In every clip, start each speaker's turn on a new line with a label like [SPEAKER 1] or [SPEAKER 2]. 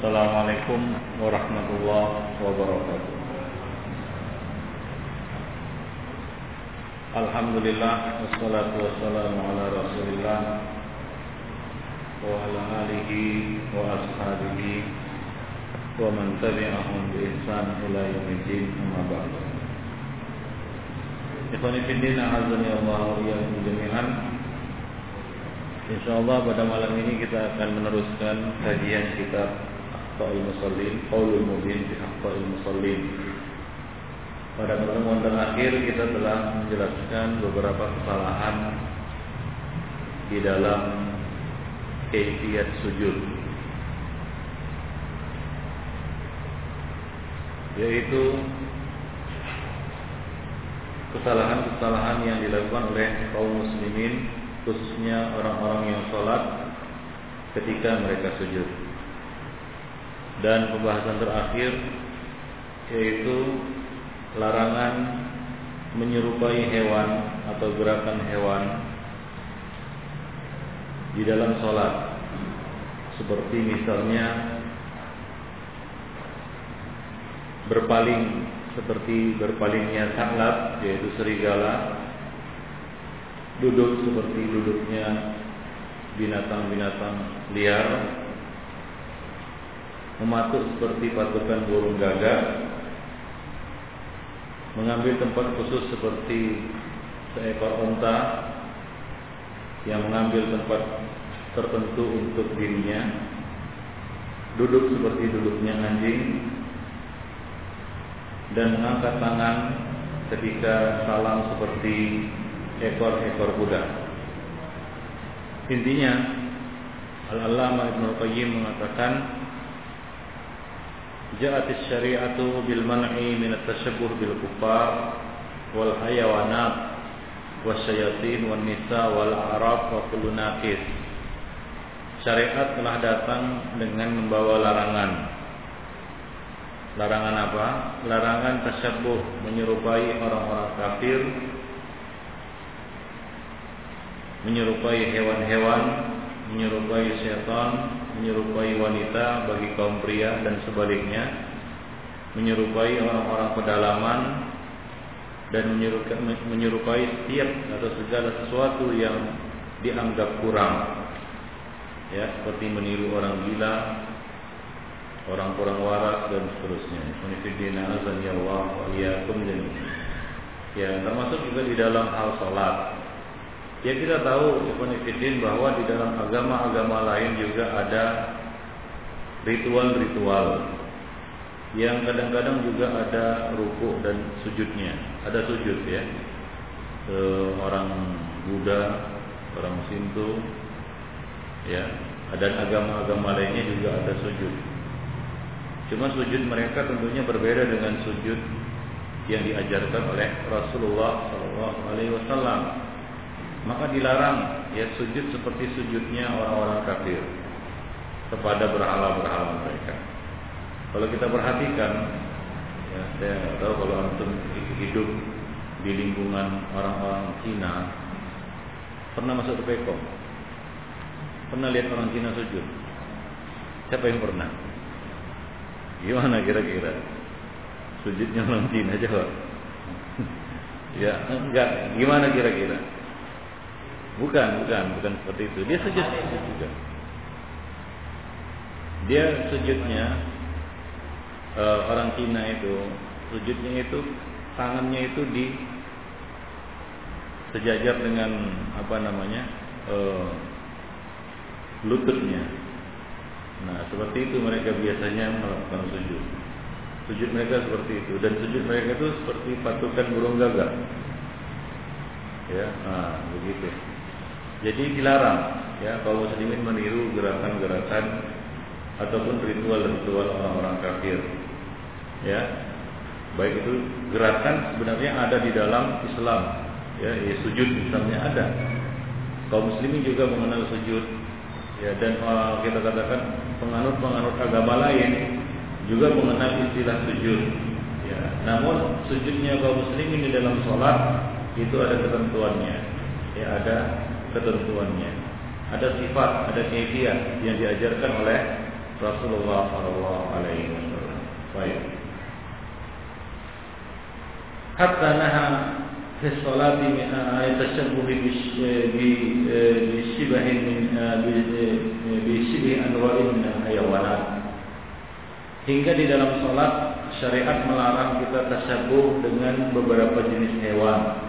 [SPEAKER 1] Assalamualaikum warahmatullahi wabarakatuh. Alhamdulillah, wassalatu wassalamu ala Rasulillah wa ala alihi wa ashabihi wa man tabi'ahum bi ihsan ila yaumiddin, amma ba'd. Ikhwani fillah, a'azzani Allah wa iyyakum jami'an. Insyaallah pada malam ini kita akan meneruskan kajian kitab Akhtaul Musallin, Qaulul Mubin fi Akhtaul Musallin. Pada pertemuan terakhir kita telah menjelaskan beberapa kesalahan di dalam kaifiyat sujud, yaitu kesalahan-kesalahan yang dilakukan oleh kaum muslimin, khususnya orang-orang yang sholat ketika mereka sujud. Dan pembahasan terakhir yaitu larangan menyerupai hewan atau gerakan hewan di dalam sholat, seperti misalnya berpaling seperti berpalingnya sa'lab, yaitu serigala, duduk seperti duduknya binatang-binatang liar, mematuk seperti patukan burung gagak, mengambil tempat khusus seperti seekor unta yang mengambil tempat tertentu untuk dirinya, duduk seperti duduknya anjing, dan mengangkat tangan ketika salam seperti ekor-ekor kuda. Intinya, Al-Allamah Ibnu Qayyim mengatakan, Ja'atis syari'atu bil man'i min at-tashabbuh bil kuffar wal hayawanat wasyayatin wan nisa wal a'rab wa kullu naqis. Syariat telah datang dengan membawa larangan. Larangan apa? Larangan tasyabbuh, menyerupai orang-orang kafir, menyerupai hewan-hewan, menyerupai syaitan, menyerupai wanita bagi kaum pria dan sebaliknya, menyerupai orang-orang pedalaman, dan menyerupai setiap atau segala sesuatu yang dianggap kurang, ya, seperti meniru orang gila, orang kurang waras dan seterusnya. Ya, termasuk juga di dalam hal salat. Ya, kita tahu bahwa di dalam agama-agama lain juga ada ritual-ritual yang kadang-kadang juga ada rukuk dan sujudnya. Ada sujud, ya. Orang Buddha, orang Sinto, ya, dan agama-agama lainnya juga ada sujud. Cuma sujud mereka tentunya berbeda dengan sujud yang diajarkan oleh Rasulullah SAW. Maka dilarang, ya, sujud seperti sujudnya orang-orang kafir kepada berhala-berhala mereka. Kalau kita perhatikan, ya, saya tahu kalau antum hidup di lingkungan orang-orang Cina, pernah masuk ke Pekong, pernah lihat orang Cina sujud? Siapa yang pernah? Gimana kira-kira sujudnya orang Cina? Jawab. Ya, enggak. Gimana kira-kira? Bukan seperti itu. Dia sujud juga. Dia sujudnya, orang Cina itu sujudnya itu tangannya itu di sejajar dengan lututnya. Nah, seperti itu mereka biasanya melakukan sujud. Sujud mereka seperti itu, dan sujud mereka itu seperti patukan burung gagak. Ya, begitu. Jadi dilarang, ya, kalau muslimin meniru gerakan-gerakan ataupun ritual-ritual orang-orang kafir. Ya. Baik itu gerakan sebenarnya ada di dalam Islam, ya, sujud misalnya ada. Kaum muslimin juga mengenal sujud, ya, dan kita katakan penganut-penganut agama lain juga mengenal istilah sujud, ya. Namun sujudnya kaum muslimin di dalam sholat itu ada ketentuannya, ya, ada ketentuannya, ada sifat, ada kaifiyat yang diajarkan oleh Rasulullah sallallahu alaihi wasallam. Baik. Hatta naha fi sholati min tashabbuh bi shibah anwa'in min al-hayawanat. Hingga di dalam salat syariat melarang kita tashabbuh dengan beberapa jenis hewan.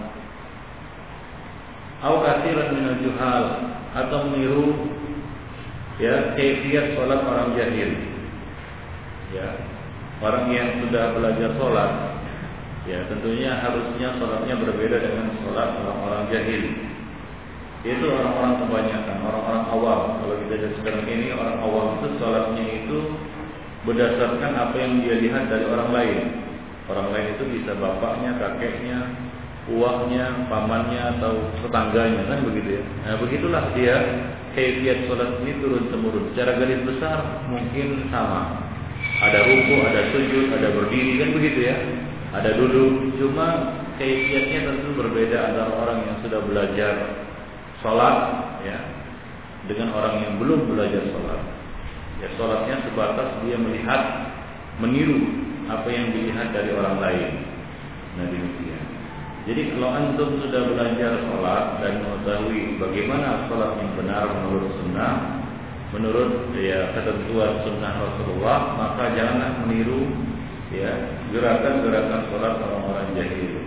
[SPEAKER 1] Au katsiran min al-juhal, atau meniru ya kaifiyat salat orang jahil. Ya, orang yang sudah belajar salat, ya tentunya harusnya salatnya berbeda dengan salat orang-orang jahil. Itu orang-orang kebanyakan, orang-orang awam. Kalau kita lihat sekarang ini, orang awam itu salatnya itu berdasarkan apa yang dia lihat dari orang lain. Orang lain itu bisa bapaknya, kakeknya, uangnya, pamannya, atau tetangganya, kan begitu ya. Nah begitulah dia kaifiyat salat ini turun temurun. Secara garis besar mungkin sama. Ada ruku, ada sujud, ada berdiri, kan begitu ya. Ada duduk. Cuma kaifiyatnya tentu berbeda antara orang yang sudah belajar salat ya dengan orang yang belum belajar salat. Ya salatnya sebatas dia melihat, meniru apa yang dilihat dari orang lain. Nah demikian. Jadi kalau antum sudah belajar salat dan mengetahui bagaimana salat yang benar menurut sunnah, menurut ya ketentuan sunnah Rasulullah, maka janganlah meniru ya gerakan-gerakan salat orang-orang jahil.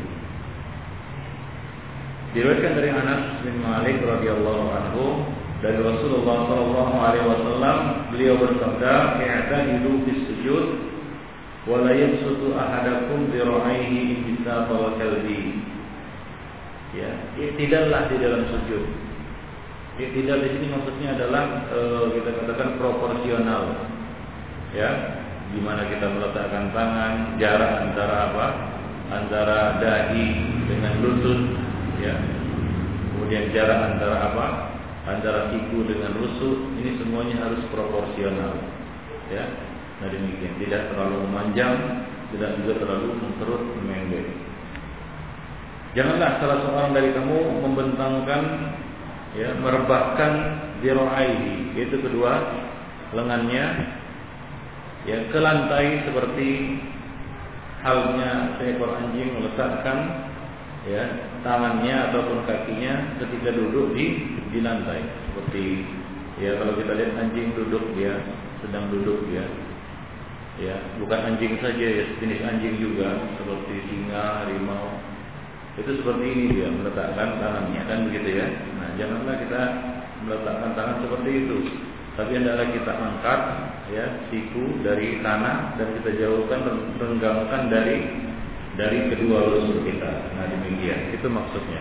[SPEAKER 1] Diriwayatkan dari Anas bin Malik radhiyallahu anhu dari Rasulullah sallallahu alaihi wasallam, beliau bersabda, "I'tadilu fis sujud wa la yabsutu ahadakum dhira'aihi intisabal kalbi." Ya, i'tidallah di dalam sujud. I'tidal di sini maksudnya adalah kita katakan proporsional. Ya, di mana kita meletakkan tangan, jarak antara apa? Antara dahi dengan lutut, ya. Kemudian jarak antara apa? Antara siku dengan rusuk, ini semuanya harus proporsional. Ya. Nah demikian, tidak terlalu memanjang, tidak juga terlalu mengkerut, memendek. Janganlah salah seorang dari kamu membentangkan, ya, merebahkan dhira'aihi, yaitu kedua lengannya, ya, ke lantai seperti halnya seekor anjing meletakkan ya tangannya ataupun kakinya ketika duduk di lantai. Seperti ya kalau kita lihat anjing duduk, dia sedang duduk ya. Ya, bukan anjing saja ya, jenis anjing juga seperti singa, harimau. Itu seperti ini dia meletakkan tangannya, kan begitu ya. Nah, janganlah kita meletakkan tangan seperti itu. Tapi hendaklah kita angkat ya siku dari tanah dan kita jauhkan, renggangkan dari kedua rusuk kita. Nah demikian, itu maksudnya.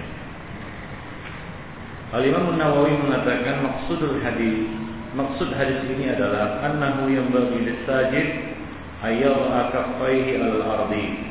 [SPEAKER 1] Al-Imam An-Nawawi mengatakan maksud hadis ini adalah annahu yanbaghi lis-sajid ayyadha kaffaihi al-ardi,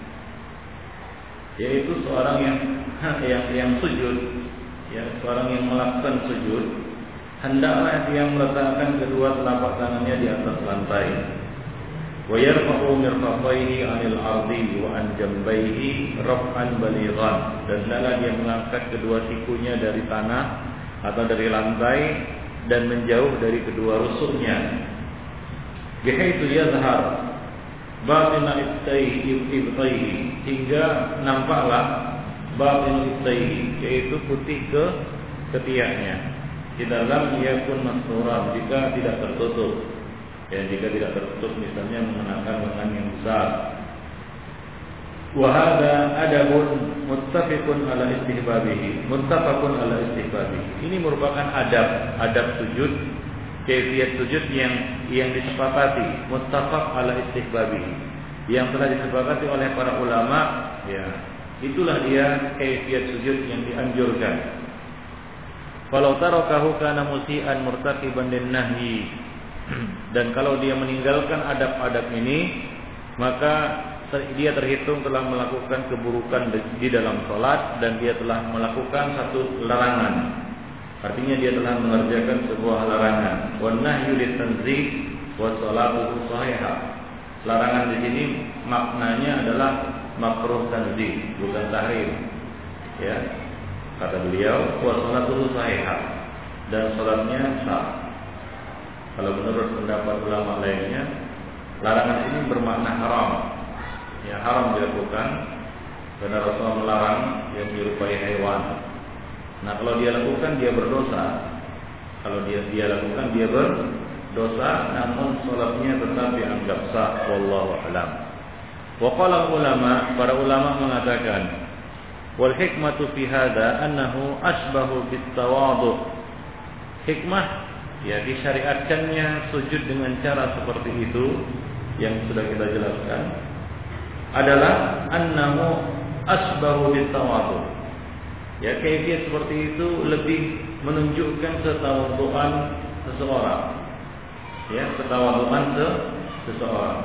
[SPEAKER 1] yaitu seorang yang sujud, ya, seorang yang melakukan sujud, hendaklah dia meletakkan kedua telapak tangannya di atas lantai. Wa yarfa'u mirfaqaihi 'anil ardi wa an jambayhi raf'an balighan, dan hendaklah dia mengangkat kedua sikunya dari tanah atau dari lantai dan menjauh dari kedua rusuknya. Bihaitsu yazhar batina ibtaihi, hingga nampaklah batin ibtaihi, yaitu putih ke ketiaknya. Tidak lam yakun masturan, jika tidak tertutup. Ya, jika tidak tertutup, misalnya mengenakan lengan yang besar. Wa hadza adabun muttafaqun ala istihbabihi. Ini merupakan adab sujud, kaifiyat sujud yang disepakati, muttafaq ala istihbabihi, yang telah disepakati oleh para ulama, ya. Itulah dia kaifiyat sujud yang dianjurkan. Kalau tarakahu kana musian murtaqiban lin-nahyi, dan kalau dia meninggalkan adab-adab ini, maka dia terhitung telah melakukan keburukan di dalam salat dan dia telah melakukan satu larangan. Artinya dia telah mengerjakan sebuah larangan. Wan nahyu litanzih wa salatuhu sahihah. Larangan di sini maknanya adalah makruh tanzih, bukan tahrim. Ya. Kata beliau, wa salatuhu sahihah, dan salatnya sah. Kalau menurut pendapat ulama lainnya, larangan ini bermakna haram. Ya, haram dilakukan karena Rasulullah melarang yang menyerupai hewan. Nah, kalau dia lakukan dia berdosa. Kalau dia lakukan dia berdosa, namun salatnya tetap dianggap sah. Wallahu a'lam. Wa qala ulama, para ulama mengatakan, wal hikmatu fi hadza annahu asbahu bit tawadhu. Hikmah ya disyariatkannya sujud dengan cara seperti itu yang sudah kita jelaskan adalah annahu asbahu bit tawadhu. Ya, kaifiyah seperti itu lebih menunjukkan ketawadhuan seseorang. Ya, ketawadhuan seseorang.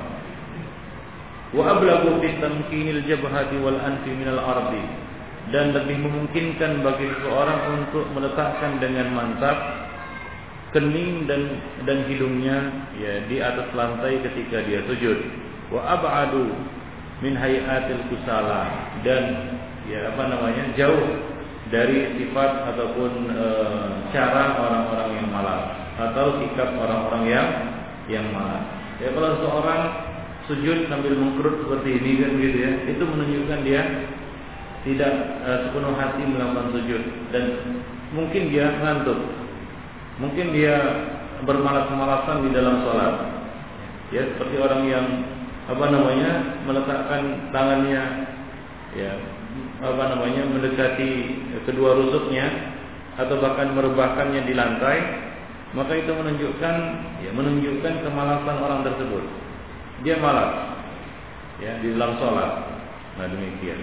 [SPEAKER 1] Wa ablagu fi tamkinil jabhati wal anfi minal ardi, dan lebih memungkinkan bagi seseorang untuk meletakkan dengan mantap kening dan hidungnya ya di atas lantai ketika dia sujud. Wa ab'adu min hayatil kusala, dan ya jauh dari sifat ataupun cara orang-orang yang malas atau sikap orang-orang yang malas. Ya, kalau seorang sujud sambil mengkerut seperti ini kan gitu ya, itu menunjukkan dia tidak sepenuh hati melakukan sujud, dan mungkin dia ngantuk, mungkin dia bermalas-malasan di dalam sholat. Ya, seperti orang yang meletakkan tangannya ya mendekati kedua rusuknya atau bahkan merebahkannya di lantai, maka itu menunjukkan kemalasan orang tersebut. Dia malas ya di dalam sholat. Nah, demikian.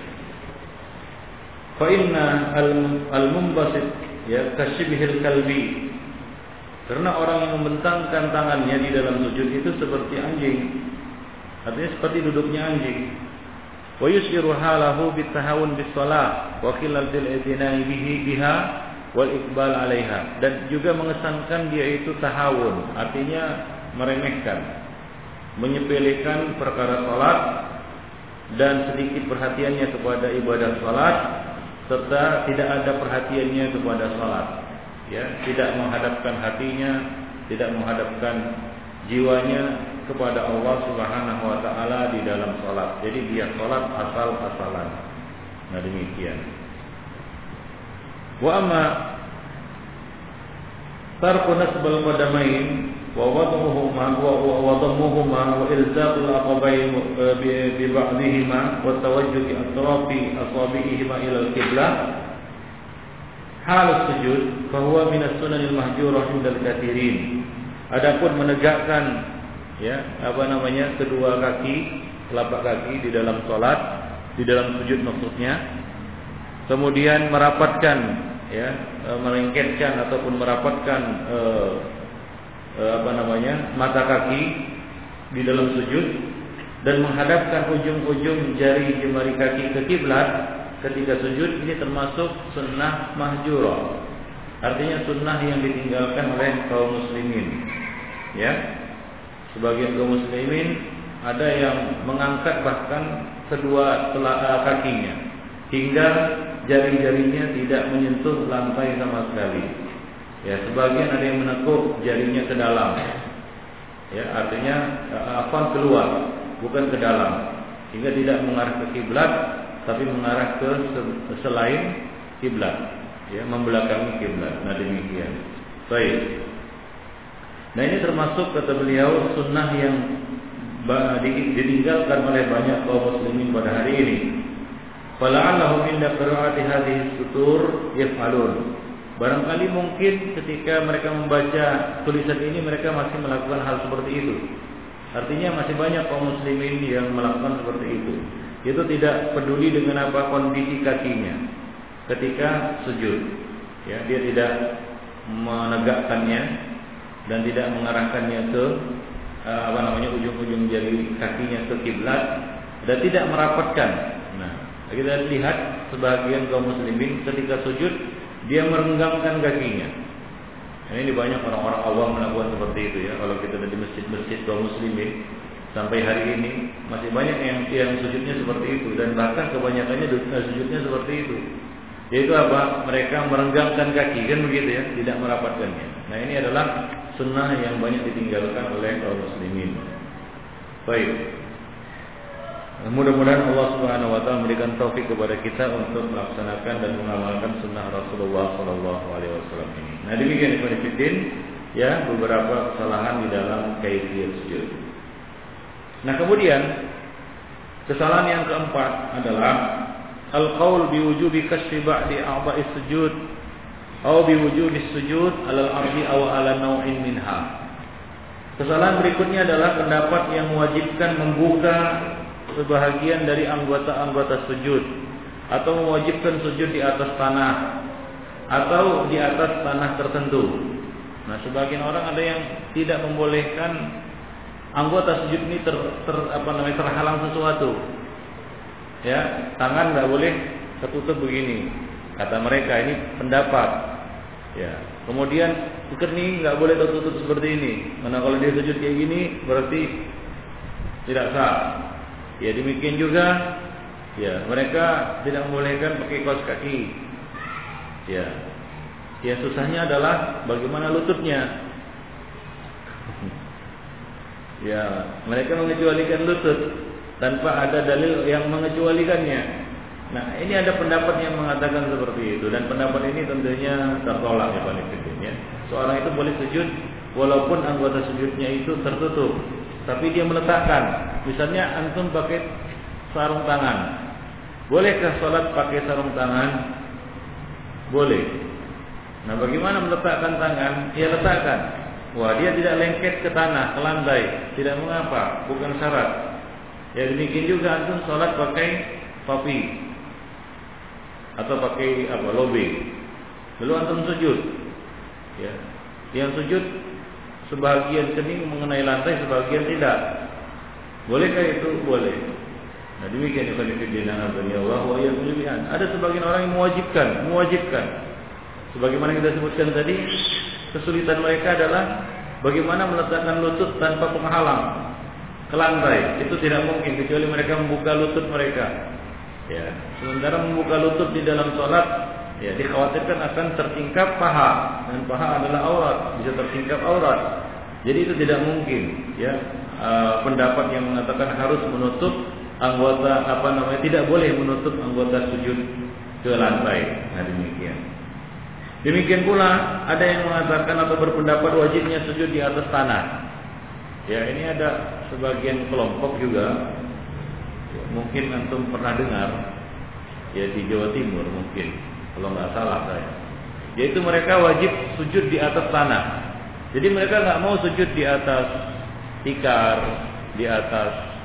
[SPEAKER 1] Fa inna al-mumbasit ya kasyibhil kalbi. Karena orang yang membentangkan tangannya di dalam sujud itu seperti anjing. Artinya seperti duduknya anjing. Wa yushiru halahu bitahawun bis-shalah wa qillatil i'tina'i biha wal iqbal 'alaiha. Dan juga mengesankan dia itu tahawun, artinya meremehkan, menyepelekan perkara salat dan sedikit perhatiannya kepada ibadah salat, serta tidak ada perhatiannya kepada salat. Ya, tidak menghadapkan hatinya, tidak menghadapkan jiwanya kepada Allah Subhanahu wa taala di dalam salat. Jadi dia salat asal-asalan. Nah, demikian. Wa amma tarku nasbal qadamain wa wadmuhuma wa ilzaqul aqabain bi ba'dihima wa tawajjuh atrafi asabi'ihima ila al-qiblah hal sujud fa huwa min as-sunanil mahjurah indal katsirin. Adapun menegakkan kedua kaki, telapak kaki di dalam salat, di dalam sujud maksudnya, kemudian merapatkan melengketkan ataupun merapatkan mata kaki di dalam sujud dan menghadapkan ujung-ujung jari jemari kaki ke kiblat ketika sujud, ini termasuk sunnah mahjurah. Artinya sunnah yang ditinggalkan oleh kaum muslimin. Ya, sebagian kaum muslimin ada yang mengangkat bahkan kedua telapak kakinya hingga jari-jarinya tidak menyentuh lantai sama sekali. Ya, sebagian ada yang menekuk jarinya ke dalam. Ya, artinya keluar, bukan ke dalam, hingga tidak mengarah ke kiblat, tapi mengarah ke selain kiblat, ya, membelakangi kiblat. Nah, demikian. Baik. Nah, ini termasuk kata beliau sunnah yang ditinggalkan oleh banyak kaum muslimin pada hari ini. Fala'allahum inda qira'ati hadhihi sutur yaf'alun. Barangkali mungkin ketika mereka membaca tulisan ini mereka masih melakukan hal seperti itu. Artinya masih banyak kaum muslimin yang melakukan seperti itu. Itu tidak peduli dengan apa kondisi kakinya ketika sujud. Ya, dia tidak menegakkannya dan tidak mengarahkannya ke ujung-ujung jari kakinya ke kiblat dan tidak merapatkan. Nah, kita lihat sebagian kaum muslimin ketika sujud dia merenggangkan kakinya. Nah, ini banyak orang-orang awam melakukan seperti itu ya. Kalau kita ada di masjid-masjid kaum muslimin sampai hari ini masih banyak yang sujudnya seperti itu, dan bahkan kebanyakannya sujudnya seperti itu. Yaitu apa? Mereka merenggangkan kaki, kan begitu ya, tidak merapatkannya. Nah, ini adalah sunnah yang banyak ditinggalkan oleh kaum muslimin. Baik. Mudah-mudahan Allah Subhanahu wa taala memberikan taufik kepada kita untuk melaksanakan dan mengamalkan sunnah Rasulullah sallallahu alaihi wasallam ini. Nah, demikian ikhwan fillah ya, beberapa kesalahan di dalam kaifiyat sujud. Nah, kemudian kesalahan yang keempat adalah al-qaul bi wujubi kashfi ba'di a'dha'is sujud atau bi wujubi sujud 'alal ardi aw 'ala naw'in minha. Kesalahan berikutnya adalah pendapat yang mewajibkan membuka sebahagian dari anggota-anggota sujud atau mewajibkan sujud di atas tanah atau di atas tanah tertentu. Nah, sebagian orang ada yang tidak membolehkan anggota sujud ini terhalang sesuatu. Ya, tangan nggak boleh tertutup begini. Kata mereka ini pendapat. Ya. Kemudian kening nggak boleh tertutup seperti ini. Karena kalau dia sujud kayak gini berarti tidak sah. Ya, demikian juga ya, mereka tidak membolehkan pakai kaos kaki. Ya. Ya, susahnya adalah bagaimana lututnya. Ya, mereka mengecualikan lutut tanpa ada dalil yang mengecualikannya. Nah, ini ada pendapat yang mengatakan seperti itu, dan pendapat ini tentunya tertolak ya Pak Nifidin. Seorang itu boleh sujud walaupun anggota sujudnya itu tertutup, tapi dia meletakkan. Misalnya antum pakai sarung tangan. Bolehkah sholat pakai sarung tangan? Boleh. Nah, bagaimana meletakkan tangan? Ya, letakkan. Wah, dia tidak lengket ke tanah, ke lantai, tidak mengapa, bukan syarat. Ya, demikian juga antum sholat pakai topi atau pakai lobe. Lalu antum sujud. Ya. Yang sujud sebagian kening mengenai lantai, sebagian tidak. Bolehkah itu? Boleh. Nah, demikian ikhwan fillah Allah wa iyyakum. Ada sebagian orang yang mewajibkan. Sebagaimana kita sebutkan tadi, kesulitan mereka adalah bagaimana meletakkan lutut tanpa penghalang ke lantai. Itu tidak mungkin kecuali mereka membuka lutut mereka. Ya, sementara membuka lutut di dalam sholat, ya, dikhawatirkan akan tertingkap paha, dan paha adalah aurat, bisa tertingkap aurat. Jadi itu tidak mungkin. Ya, pendapat yang mengatakan harus menutup anggota tidak boleh menutup anggota sujud ke lantai. Nah, demikian. Demikian pula ada yang mengatakan atau berpendapat wajibnya sujud di atas tanah. Ya, ini ada sebagian kelompok juga, ya, mungkin antum pernah dengar, ya, di Jawa Timur mungkin, kalau nggak salah saya. Yaitu mereka wajib sujud di atas tanah. Jadi mereka nggak mau sujud di atas tikar, di atas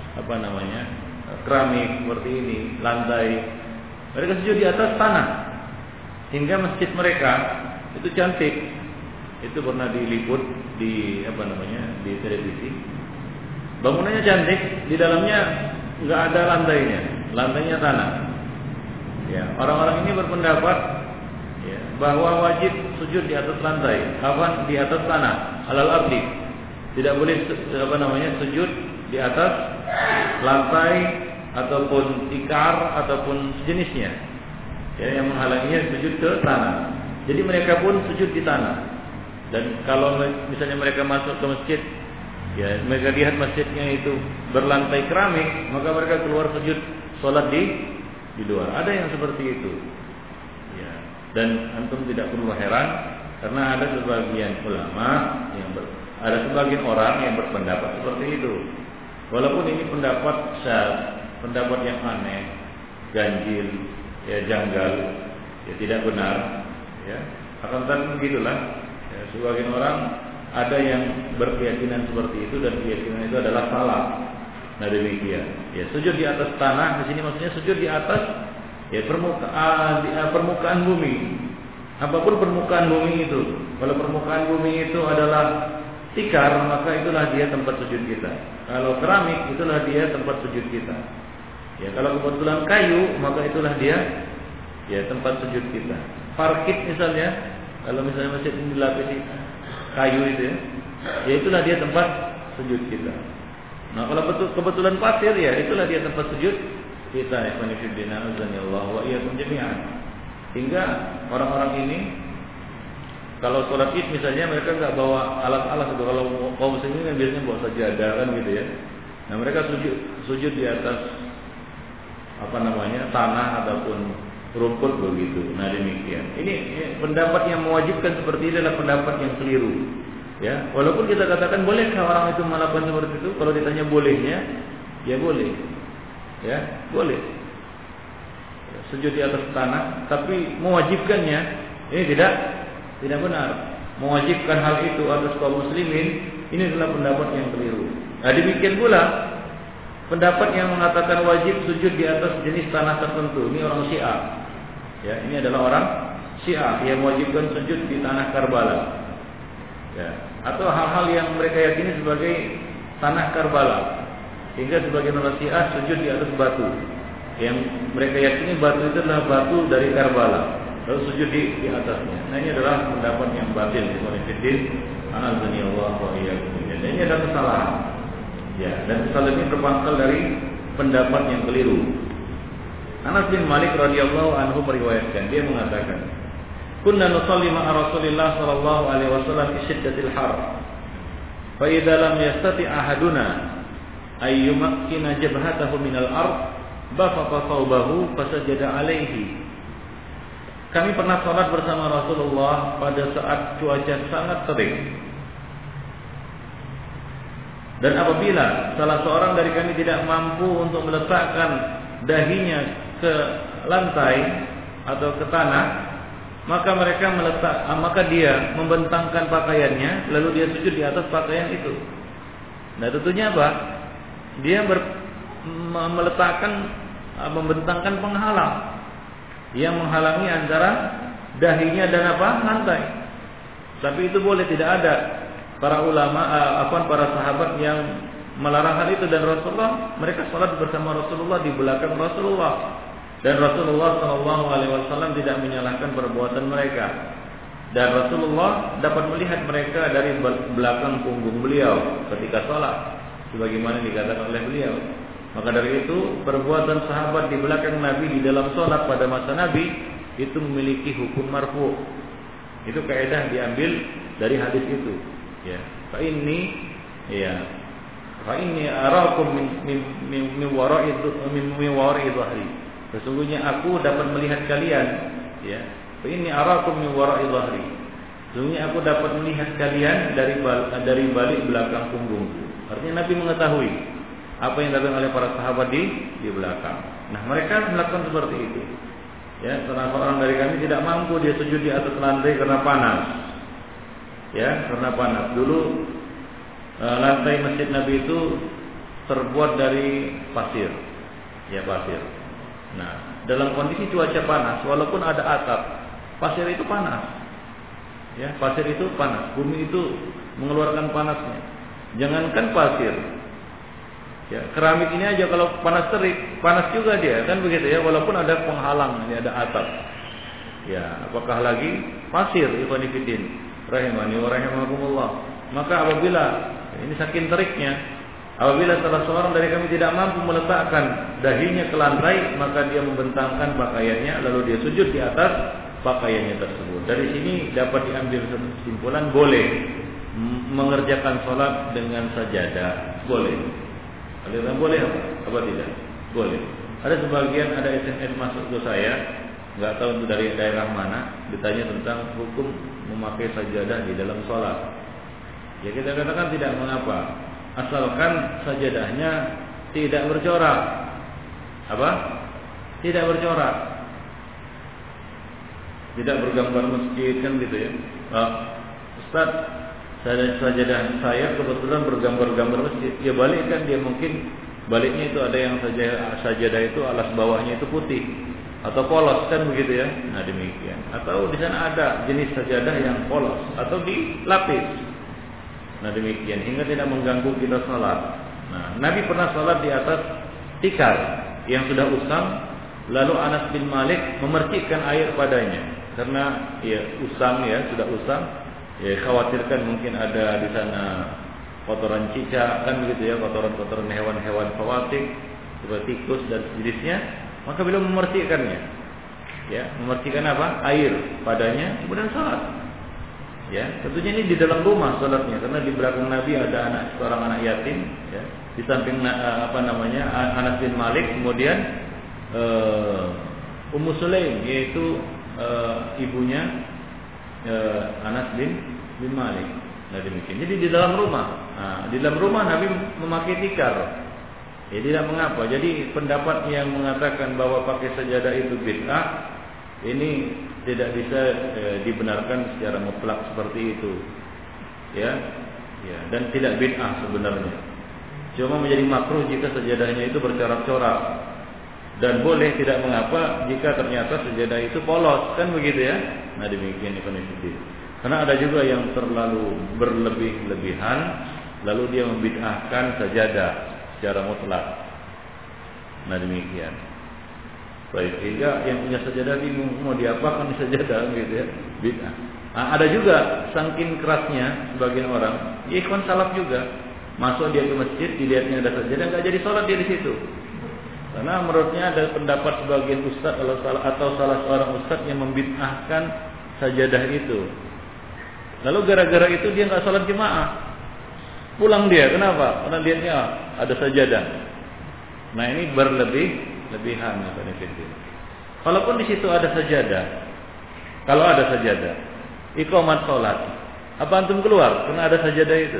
[SPEAKER 1] keramik seperti ini, lantai. Mereka sujud di atas tanah. Hingga masjid mereka itu cantik. Itu pernah diliput di di televisi. Bangunannya cantik, di dalamnya nggak ada lantainya tanah. Ya, orang-orang ini berpendapat ya, bahwa wajib sujud di atas lantai, di atas tanah, alal ardi. Tidak boleh sujud di atas lantai ataupun tikar ataupun sejenisnya. Ya, yang menghalanginya sujud ke tanah. Jadi mereka pun sujud di tanah. Dan kalau misalnya mereka masuk ke masjid, ya, mereka lihat masjidnya itu berlantai keramik, maka mereka keluar sujud sholat di luar. Ada yang seperti itu. Ya. Dan antum tidak perlu heran karena ada sebagian ulama ada sebagian orang yang berpendapat seperti itu. Walaupun ini pendapat pendapat yang aneh, ganjil, ya, janggal, ya, tidak benar, ya. Akan tetapi begitulah, ya, sebagian orang ada yang berkeyakinan seperti itu dan keyakinan itu adalah salah. Nah, demikian. Ya, sujud di atas tanah di sini maksudnya sujud di atas ya permukaan bumi. Apapun permukaan bumi itu. Kalau permukaan bumi itu adalah tikar, maka itulah dia tempat sujud kita. Kalau keramik, itulah dia tempat sujud kita. Ya, kalau kebetulan kayu, maka itulah dia ya tempat sujud kita. Parkit misalnya, kalau misalnya masjid ini dilapisi kayu itu ya itulah dia tempat sujud kita. Nah, kalau kebetulan pasir, ya itulah dia tempat sujud kita. Ikhwan fillah azanillahu wa iyyakum jami'an. Hingga orang-orang ini kalau sholat id misalnya mereka nggak bawa alat-alat itu. Kalau kaum muslimin kan biasanya bawa sajadah kan gitu ya. Nah mereka sujud di atas tanah ataupun rumput begitu. Nah demikian. Ini pendapat yang mewajibkan seperti ini adalah pendapat yang keliru. Ya, walaupun kita katakan bolehkah orang itu melakukan seperti itu? Kalau ditanya bolehnya, ya boleh. Ya, boleh. Sujud di atas tanah, tapi mewajibkannya ini tidak benar. Mewajibkan hal itu atas kaum muslimin, ini adalah pendapat yang keliru. Nah, demikian pula pendapat yang mengatakan wajib sujud di atas jenis tanah tertentu. Ini orang Syiah. Ya, ini adalah orang Syiah yang mewajibkan sujud di tanah Karbala. Ya, atau hal-hal yang mereka yakini sebagai tanah Karbala. Hingga sebagian orang Syiah sujud di atas batu. Yang mereka yakini batu itu adalah batu dari Karbala. Lalu sujud di atasnya. Nah, ini adalah pendapat yang batil. Dan ini adalah kesalahan. Ya, dan kesalahan ini berpangkal dari pendapat yang keliru. Anas bin Malik radhiyallahu anhu meriwayatkan, dia mengatakan, "Kunna nusalli ma'a Rasulillah sallallahu alaihi wasallam fi shiddatil har. Fa idza lam yastati ahaduna ay yumakkina jabhatahu minal ard, bafaqa thawbahu fasajada alaihi." Kami pernah salat bersama Rasulullah pada saat cuaca sangat terik. Dan apabila salah seorang dari kami tidak mampu untuk meletakkan dahinya ke lantai atau ke tanah, maka dia membentangkan pakaiannya, lalu dia sujud di atas pakaian itu. Nah, tentunya apa? Dia membentangkan penghalang yang menghalangi antara dahinya dan lantai. Tapi itu boleh, tidak ada para ulama para sahabat yang melarang hal itu, dan Rasulullah, mereka salat bersama Rasulullah di belakang Rasulullah, dan Rasulullah SAW tidak menyalahkan perbuatan mereka, dan Rasulullah dapat melihat mereka dari belakang punggung beliau ketika salat, sebagaimana dikatakan oleh beliau. Maka dari itu perbuatan sahabat di belakang Nabi di dalam salat pada masa Nabi itu memiliki hukum marfu. Itu kaidah diambil dari hadis itu. Ya, fa inni arakum min wara'i dhahri. Sesungguhnya aku dapat melihat kalian, ya. Fa inni arakum min wara'i dhahri. Sesungguhnya aku dapat melihat kalian dari balik belakang punggungku. Artinya Nabi mengetahui apa yang dilakukan oleh para sahabat di belakang. Nah, mereka melakukan seperti itu. Ya, salah seorang dari kami tidak mampu, dia sujud di atas lantai karena panas. Ya, karena panas. Dulu lantai masjid Nabi itu terbuat dari pasir. Ya, pasir. Nah, dalam kondisi cuaca panas, walaupun ada atap, pasir itu panas. Ya, pasir itu panas. Bumi itu mengeluarkan panasnya. Jangankan pasir. Ya, keramik ini aja kalau panas terik, panas juga dia, kan begitu ya, walaupun ada penghalang, ini ada atap. Ya, apakah lagi pasir, ikhwan fillah, rahimani wa rahimakumullah. Maka apabila ini saking teriknya, apabila salah seorang dari kami tidak mampu meletakkan dahinya ke lantai, maka dia membentangkan pakaiannya, lalu dia sujud di atas pakaiannya tersebut. Dari sini dapat diambil kesimpulan boleh mengerjakan sholat dengan sajadah, boleh. Kalian boleh apa tidak? Boleh. Ada sebagian ada SMS masuk ke saya, nggak tahu itu dari daerah mana, ditanya tentang hukum memakai sajadah di dalam sholat. Ya, kita katakan tidak mengapa, asalkan sajadahnya tidak bercorak. Apa? Tidak bercorak. Tidak bergambar masjid kan gitu ya. Ustaz, sajadah saya kebetulan bergambar-gambar masjid. Ya balikkan dia, mungkin baliknya itu ada yang sajadah itu alas bawahnya itu putih atau polos kan begitu ya. Nah, demikian. Atau di sana ada jenis sajadah yang polos atau dilapis. Nah, demikian hingga tidak mengganggu kita salat. Nah, Nabi pernah salat di atas tikar yang sudah usang, lalu Anas bin Malik memercikkan air padanya karena ya usang ya, sudah usang. Ya, khawatirkan mungkin ada di sana kotoran cicak kan begitu ya, kotoran-kotoran hewan-hewan fawatik seperti tikus dan sejenisnya, maka beliau memercikkannya. ya, memercikan apa? Air padanya, kemudian salat. Ya, tentunya ini di dalam rumah salatnya, karena di belakang Nabi ada seorang anak yatim, ya. Di samping Anas bin Malik, kemudian Ummu Sulaim, yaitu ibunya Anas bin Malik. Nah, demikian. Jadi di dalam rumah. Nah, di dalam rumah Nabi memakai tikar. Ya, tidak mengapa. Jadi pendapat yang mengatakan bahwa pakai sajadah itu bid'ah, ini tidak bisa dibenarkan secara mutlak seperti itu. Ya. Ya, dan tidak bid'ah sebenarnya. Cuma menjadi makruh jika sajadahnya itu bercorak-corak. Dan boleh, tidak mengapa jika ternyata sajadah itu polos, kan begitu ya. Nah, demikian Ibnu Fiddin. Karena ada juga yang terlalu berlebih-lebihan, lalu dia membid'ahkan sajadah secara mutlak. Nah, demikian. Baik, sehingga yang punya sajadah bingung mau diapakan di sajadah gitu ya, bid'ah. Nah, ada juga saking kerasnya sebagian orang, ya ikhwan salaf juga, masuk dia ke masjid, dilihatnya ada sajadah, enggak jadi sholat dia di situ. Karena menurutnya ada pendapat sebagian ustaz atau salah seorang ustaz yang membid'ahkan sajadah itu. Lalu gara-gara itu dia enggak sholat jemaah. Pulang dia, kenapa? Karena lihatnya ada sajadah. Nah, ini berlebihan. Walaupun di situ ada sajadah, kalau ada sajadah, iqamat sholat, apa antum keluar? Karena ada sajadah itu.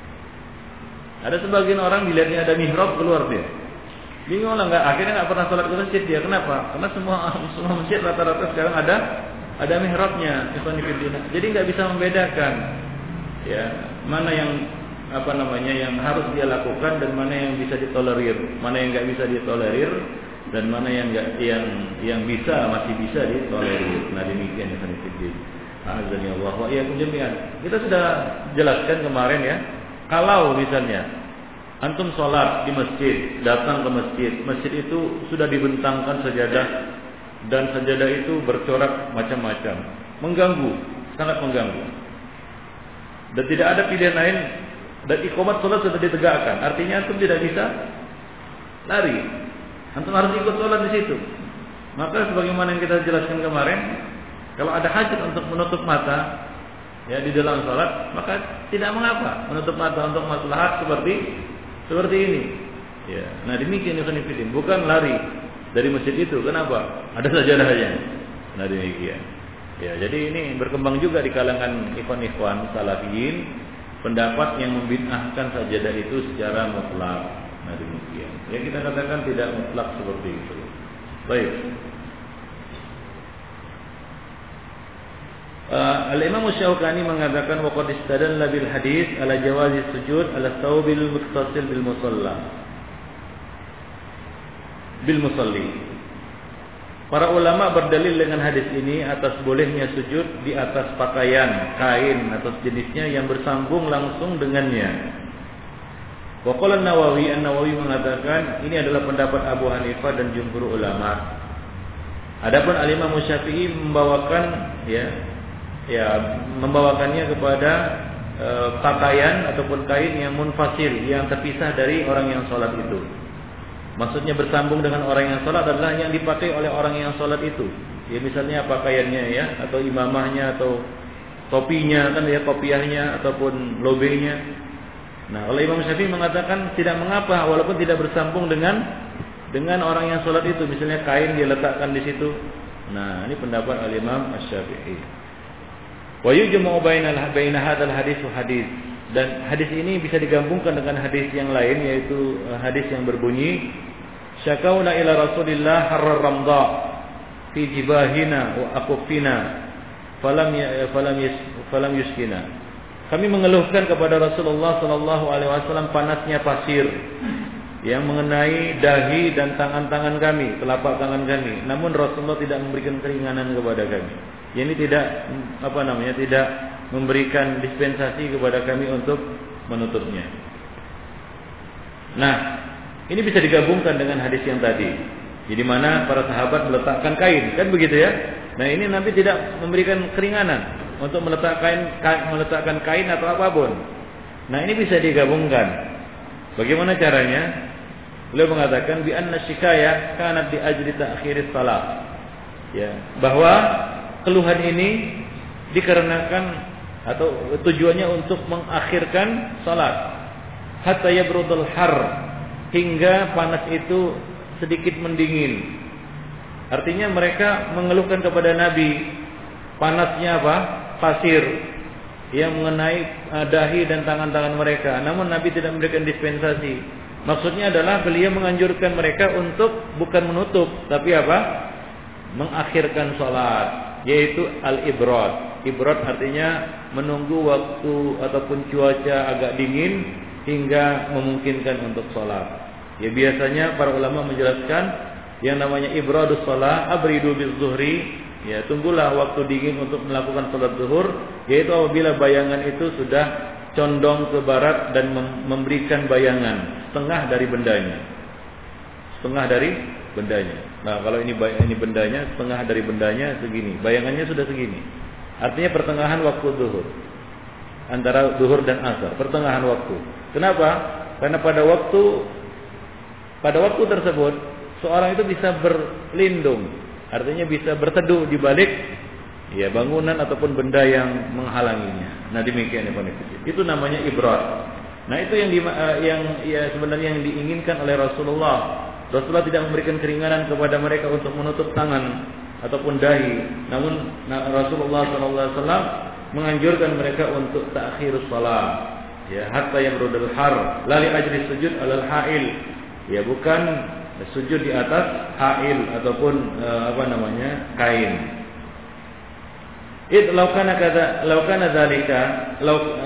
[SPEAKER 1] Ada sebagian orang dilihatnya ada mihrab, keluar dia. Bingung lah, akhirnya nggak pernah sholat ke masjid dia. Kenapa? Karena semua masjid rata-rata sekarang ada mihrabnya. Jadi nggak bisa membedakan, ya, mana yang yang harus dia lakukan dan mana yang bisa ditolerir, mana yang nggak bisa ditolerir, dan mana yang masih bisa ditolerir. Nah, demikian ya Fiddin. Azza wa wa iyyakum jami'an. Kita sudah jelaskan kemarin ya. Kalau misalnya antum sholat di masjid, datang ke masjid itu sudah dibentangkan sajadah, dan sajadah itu bercorak macam-macam, mengganggu, sangat mengganggu. Dan tidak ada pilihan lain, dan iqamat sholat sudah ditegakkan. Artinya antum tidak bisa lari, antum harus ikut sholat di situ. Maka sebagaimana yang kita jelaskan kemarin, kalau ada hajat untuk menutup mata, ya, di dalam sholat, maka tidak mengapa menutup mata untuk maslahat seperti ini. Ya, nah demikian Ibnu Fiddin, bukan lari dari masjid itu. Kenapa? Ada sajadahnya. Nah, demikian. Ya, jadi ini berkembang juga di kalangan ikhwan-ikhwan salafiyin pendapat yang membid'ahkan sajadah itu secara mutlak. Nah, demikian. Ya, kita katakan tidak mutlak seperti itu. Baik. Al-Imam Syaukani mengatakan waqad istadalla bil hadis ala jawazi sujud ala thawbil muttasil bil musalli. Para ulama berdalil dengan hadis ini atas bolehnya sujud di atas pakaian, kain atau jenisnya yang bersambung langsung dengannya. Wa qala An-Nawawi mengatakan ini adalah pendapat Abu Hanifah dan jumhur ulama. Adapun Al-Imam Syafi'i membawakannya kepada pakaian ataupun kain yang munfasil, yang terpisah dari orang yang sholat itu. Maksudnya bersambung dengan orang yang sholat adalah yang dipakai oleh orang yang sholat itu. Ya, misalnya pakaiannya ya, atau imamahnya, atau topinya kan ya, kopiahnya ataupun lobenya. Nah, oleh Imam Syafi'i mengatakan tidak mengapa walaupun tidak bersambung dengan orang yang sholat itu. Misalnya kain dia letakkan di situ. Nah, ini pendapat Al-Imam Asy-Syafi'i. Wa yujma'u baina hadzal hadis wa hadis, dan hadis ini bisa digabungkan dengan hadis yang lain, yaitu hadis yang berbunyi syakauna ila Rasulillah harrar ramda fi jibahina wa aqfina falam yuskina. Kami mengeluhkan kepada Rasulullah sallallahu alaihi wasallam panasnya pasir yang mengenai dahi dan tangan-tangan kami, telapak tangan kami. Namun Rasulullah tidak memberikan keringanan kepada kami. Ini tidak tidak memberikan dispensasi kepada kami untuk menutupnya. Nah, ini bisa digabungkan dengan hadis yang tadi. Jadi mana para sahabat meletakkan kain, kan begitu ya? Nah, ini Nabi tidak memberikan keringanan untuk meletakkan kain atau apapun. Nah, ini bisa digabungkan. Bagaimana caranya? Beliau mengatakan bi anna syikayah kanat di ajli ta'khiris salat. Ya, bahwa keluhan ini dikarenakan atau tujuannya untuk mengakhirkan salat hatta yabrudul har, hingga panas itu sedikit mendingin. Artinya mereka mengeluhkan kepada Nabi panasnya apa? Pasir yang mengenai dahi dan tangan-tangan mereka. Namun Nabi tidak memberikan dispensasi. Maksudnya adalah beliau menganjurkan mereka untuk bukan menutup, tapi apa? Mengakhirkan salat, yaitu al-ibrad. Ibrad artinya menunggu waktu ataupun cuaca agak dingin hingga memungkinkan untuk salat. Ya, biasanya para ulama menjelaskan yang namanya ibradus salat, abridu biz-zuhri, ya, tunggulah waktu dingin untuk melakukan salat zuhur, yaitu apabila bayangan itu sudah condong ke barat dan memberikan bayangan setengah dari bendanya. Setengah dari bendanya. Nah, kalau ini bendanya, setengah dari bendanya segini. Bayangannya sudah segini. Artinya pertengahan waktu zuhur. Antara zuhur dan asar, pertengahan waktu. Kenapa? Karena pada waktu tersebut seorang itu bisa berlindung. Artinya bisa berteduh di balik ya bangunan ataupun benda yang menghalanginya. Nah, demikian ya Pak. Itu namanya ibrad. Nah, itu yang sebenarnya yang diinginkan oleh Rasulullah. Rasulullah tidak memberikan keringanan kepada mereka untuk menutup tangan ataupun dahi. Namun Rasulullah SAW menganjurkan mereka untuk ta'khirus salat. Ya, hatta yabrudul har, la li ajli sujud alal ha'il. Ya, bukan sujud di atas ha'il ataupun kain. Law kana dzalika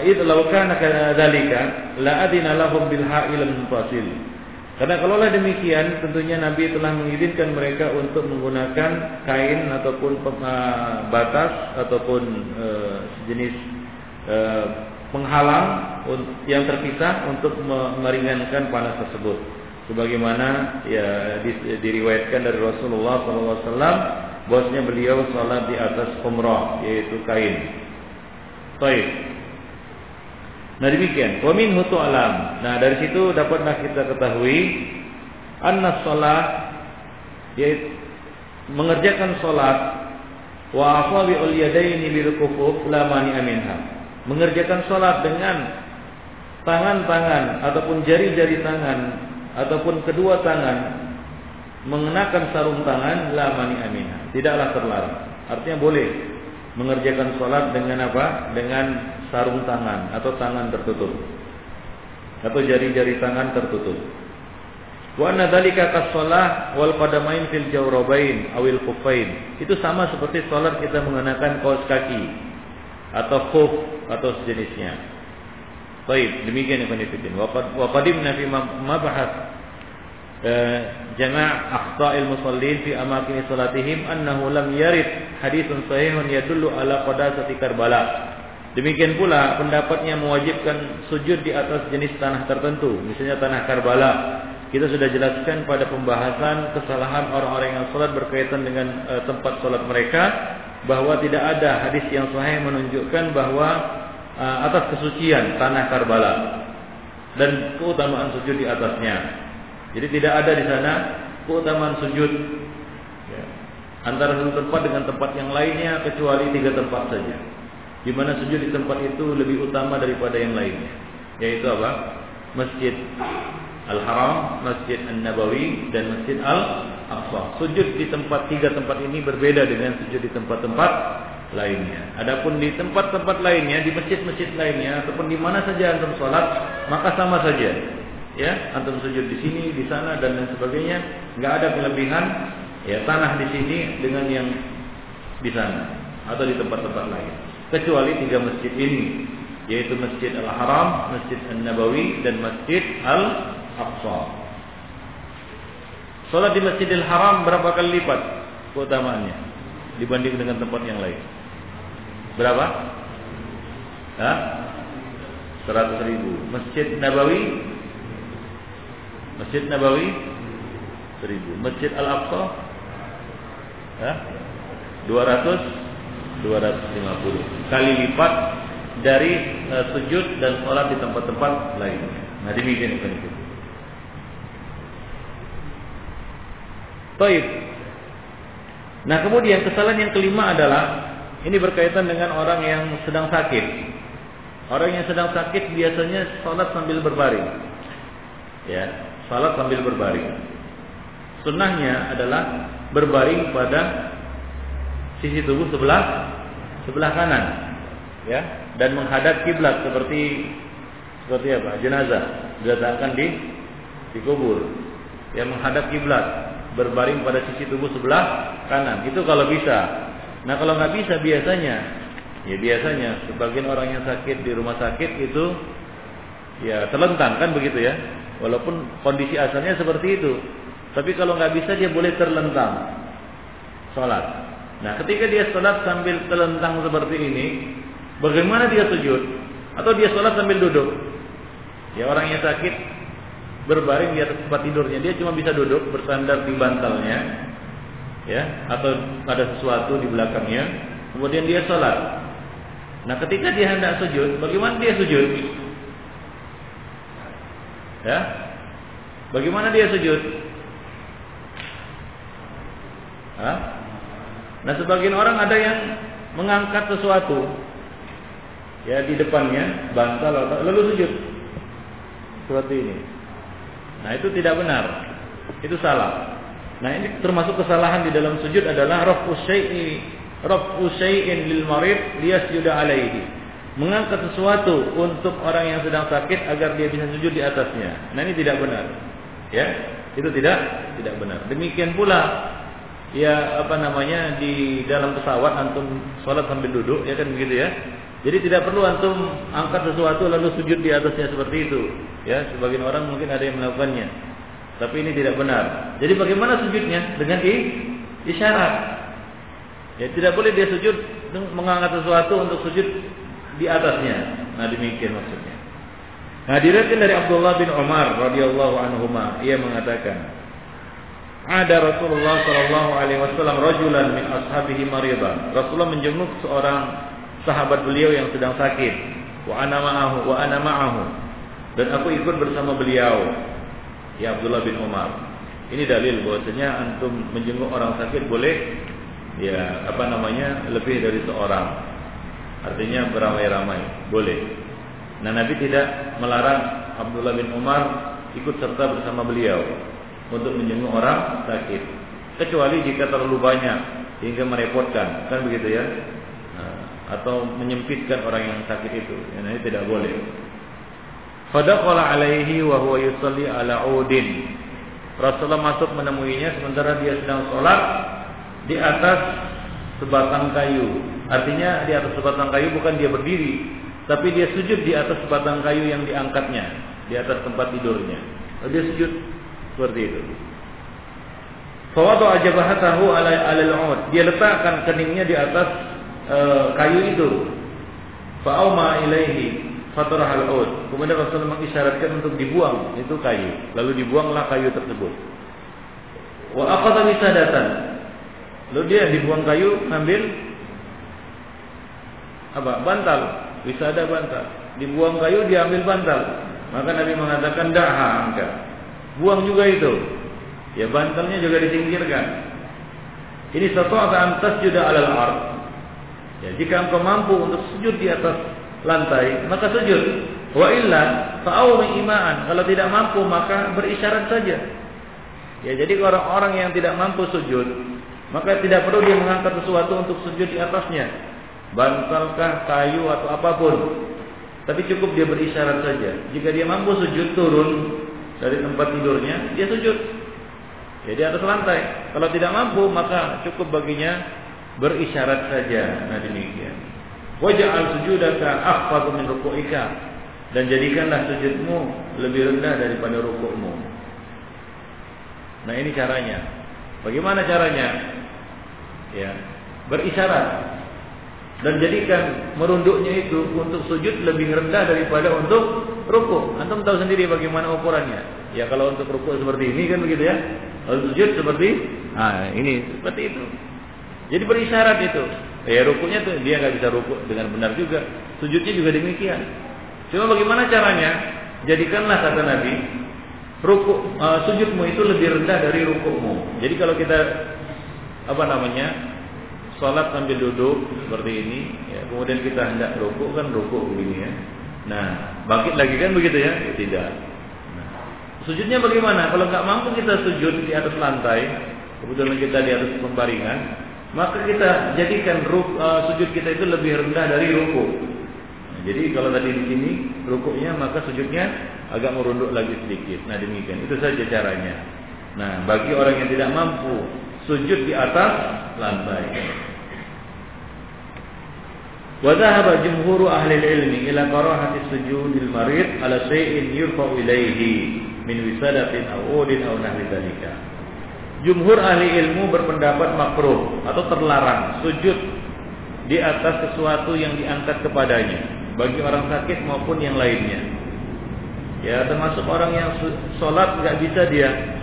[SPEAKER 1] la adina lahum bil ha'il munfasil. Karena kalaulah demikian, tentunya Nabi telah mengizinkan mereka untuk menggunakan kain ataupun batas ataupun sejenis penghalang yang terpisah untuk meringankan panas tersebut. Sebagaimana ya diriwayatkan dari Rasulullah SAW, bahwasanya beliau salat di atas humrah, yaitu kain. Baik. Nah, demikian. Wa minhu tu'lam. Nah, dari situ dapatlah kita ketahui anna shalah, yaitu mengerjakan salat wa asabi'ul yadaini bil kufuf la mani'a minha. Mengerjakan salat dengan tangan-tangan ataupun jari-jari tangan ataupun kedua tangan mengenakan sarung tangan la mani'a minha. Tidaklah terlarang. Artinya boleh mengerjakan salat dengan apa? Dengan sarung tangan atau tangan tertutup atau jari-jari tangan tertutup. Wa anna dzalika kas-shalah wal qadamain fil jawrabain awil khuffain. Itu sama seperti salat kita mengenakan kaos kaki atau khuf atau sejenisnya. Baik, demikian ya penelitian. Wa qadimna fi mabahats jama' akhta'il musallin fi amakin salatihim annahu lam yarid haditsun sahihun yadullu ala qadasati Karbala. Demikian pula pendapatnya mewajibkan sujud di atas jenis tanah tertentu, misalnya tanah Karbala. Kita sudah jelaskan pada pembahasan kesalahan orang-orang yang salat berkaitan dengan tempat salat mereka, bahwa tidak ada hadis yang sahih menunjukkan bahwa atas kesucian tanah Karbala dan keutamaan sujud di atasnya. Jadi tidak ada di sana keutamaan sujud antara satu tempat dengan tempat yang lainnya kecuali 3 tempat saja, di mana sujud di tempat itu lebih utama daripada yang lainnya, yaitu apa? Masjid Al-Haram, Masjid An-Nabawi, dan Masjid Al-Aqsa. Sujud di tempat 3 tempat ini berbeda dengan sujud di tempat-tempat lainnya. Adapun di tempat-tempat lainnya, di masjid-masjid lainnya ataupun di mana saja antum salat, maka sama saja. Ya, antum sujud di sini, di sana dan lain sebagainya, enggak ada kelebihan ya tanah di sini dengan yang di sana atau di tempat-tempat lain. Kecuali 3 masjid ini, yaitu Masjid Al-Haram, Masjid An-Nabawi, dan Masjid Al-Aqsa. Salat di Masjidil Haram berapa kali lipat keutamaannya dibanding dengan tempat yang lain? Berapa? 100.000. Masjid Nabawi 1.000. Masjid Al-Aqsa 250 kali lipat dari sujud dan salat di tempat-tempat lainnya. Nah, demikian itu. Baik. Nah, kemudian kesalahan yang kelima adalah ini berkaitan dengan orang yang sedang sakit. Orang yang sedang sakit biasanya salat sambil berbaring. Ya, salat sambil berbaring. Sunnahnya adalah berbaring pada sisi tubuh sebelah kanan, ya, dan menghadap kiblat seperti apa? Jenazah diletakkan dikubur. Ya, menghadap kiblat, berbaring pada sisi tubuh sebelah kanan. Itu kalau bisa. Nah, kalau nggak bisa biasanya sebagian orang yang sakit di rumah sakit itu ya terlentang kan begitu ya. Walaupun kondisi asalnya seperti itu. Tapi kalau nggak bisa dia boleh terlentang sholat. Nah, ketika dia sholat sambil terlentang seperti ini, bagaimana dia sujud? Atau dia sholat sambil duduk? Ya, orang yang sakit berbaring di atas tempat tidurnya, dia cuma bisa duduk bersandar di bantalnya, ya, atau ada sesuatu di belakangnya. Kemudian dia sholat. Nah, ketika dia hendak sujud, bagaimana dia sujud? Ya, bagaimana dia sujud? Nah, sebagian orang ada yang mengangkat sesuatu ya di depannya, bantal lalu sujud seperti ini. Nah, itu tidak benar. Itu salah. Nah, ini termasuk kesalahan di dalam sujud adalah raf'u syai'in lil marid liyasjuda alaihi. Mengangkat sesuatu untuk orang yang sedang sakit agar dia bisa sujud di atasnya. Nah, ini tidak benar. Ya, itu tidak benar. Demikian pula ya di dalam pesawat antum sholat sambil duduk, ya kan begitu ya. Jadi tidak perlu antum angkat sesuatu lalu sujud di atasnya seperti itu. Ya, sebagian orang mungkin ada yang melakukannya. Tapi ini tidak benar. Jadi bagaimana sujudnya? Dengan isyarat. Ya, tidak boleh dia sujud mengangkat sesuatu untuk sujud di atasnya. Nah, demikian maksudnya. Nah, diriwayatkan dari Abdullah bin Umar radhiyallahu anhuma, ia mengatakan, ada Rasulullah sallallahu alaihi wasallam rajulan min ashabihi maridan. Rasulullah menjenguk seorang sahabat beliau yang sedang sakit. Wa ana ma'ahu. Dan aku ikut bersama beliau. Ya, Abdullah bin Umar. Ini dalil bahwasanya antum menjenguk orang sakit boleh ya lebih dari seorang. Artinya beramai-ramai, boleh. Nah, Nabi tidak melarang Abdullah bin Umar ikut serta bersama beliau untuk menjenguk orang sakit, kecuali jika terlalu banyak hingga merepotkan, kan begitu ya, atau menyempitkan orang yang sakit itu. Ini tidak boleh. Fadaqala alaihi wa huwa yusalli ala udin. Rasulullah masuk menemuinya sementara dia sedang sholat di atas sebatang kayu. Artinya di atas sebatang kayu bukan dia berdiri, tapi dia sujud di atas sebatang kayu yang diangkatnya di atas tempat tidurnya. Dia sujud seperti itu. Fawadu ajabahatahu ala al-ud. Dia letakkan keningnya di atas kayu itu. Fa'auma ilaihi fatarah al-ud. Kemudian Rasulullah mengisyaratkan untuk dibuang itu kayu. Lalu dibuanglah kayu tersebut. Wa aqadha wisadatan. Lalu dia dibuang kayu, ambil bantal, wisada bantal. Dibuang kayu, dia ambil bantal. Maka Nabi mengatakan da'ha angka. Buang juga itu. Ya, bantalnya juga disingkirkan. Ini sata'ata an tasjuda 'alal ard. Ya, jika engkau mampu untuk sujud di atas lantai, maka sujud. Wa illa fa'awmi ima'an. Kalau tidak mampu, maka berisyarat saja. Ya, jadi orang-orang yang tidak mampu sujud, maka tidak perlu dia mengangkat sesuatu untuk sujud di atasnya. Bantalkah, kayu atau apapun. Tapi cukup dia berisyarat saja. Jika dia mampu sujud turun dari tempat tidurnya, dia sujud. Ya, di atas lantai. Kalau tidak mampu, maka cukup baginya berisyarat saja. Nah, demikian. Waj'al sujudaka akhfadu min ruku'ika. Dan jadikanlah sujudmu lebih rendah daripada rukukmu. Nah, ini caranya. Bagaimana caranya? Ya, berisyarat. Dan jadikan merunduknya itu untuk sujud lebih rendah daripada untuk rukuk. Antum tahu sendiri bagaimana ukurannya. Ya, kalau untuk rukuk seperti ini kan begitu ya. Kalau sujud seperti ini, seperti itu. Jadi berisyarat itu. Ya, rukuknya tuh dia nggak bisa rukuk dengan benar juga. Sujudnya juga demikian. Cuma bagaimana caranya? Jadikanlah kata Nabi, sujudmu itu lebih rendah dari rukukmu. Jadi kalau kita Salat sambil duduk seperti ini, ya, kemudian kita hendak rukuk kan rukuk begini ya. Nah, bangkit lagi kan begitu ya? Tidak. Nah, sujudnya bagaimana? Kalau nggak mampu kita sujud di atas lantai, kebetulan kita di atas pembaringan, maka kita jadikan sujud kita itu lebih rendah dari rukuk. Nah, jadi kalau tadi di sini rukuknya, maka sujudnya agak merunduk lagi sedikit. Nah, demikian. Itu saja caranya. Nah, bagi orang yang tidak mampu sujud di atas lantai. Wa dhahaba jumhur ahli ilmi ila karahati sujudil marid ala shay'in yurfa'u ilayhi min wisadatin aw udin aw nahwi dzalika. Jumhur ahli ilmu berpendapat makruh atau terlarang sujud di atas sesuatu yang diangkat kepadanya bagi orang sakit maupun yang lainnya. Ya, termasuk orang yang salat nggak bisa dia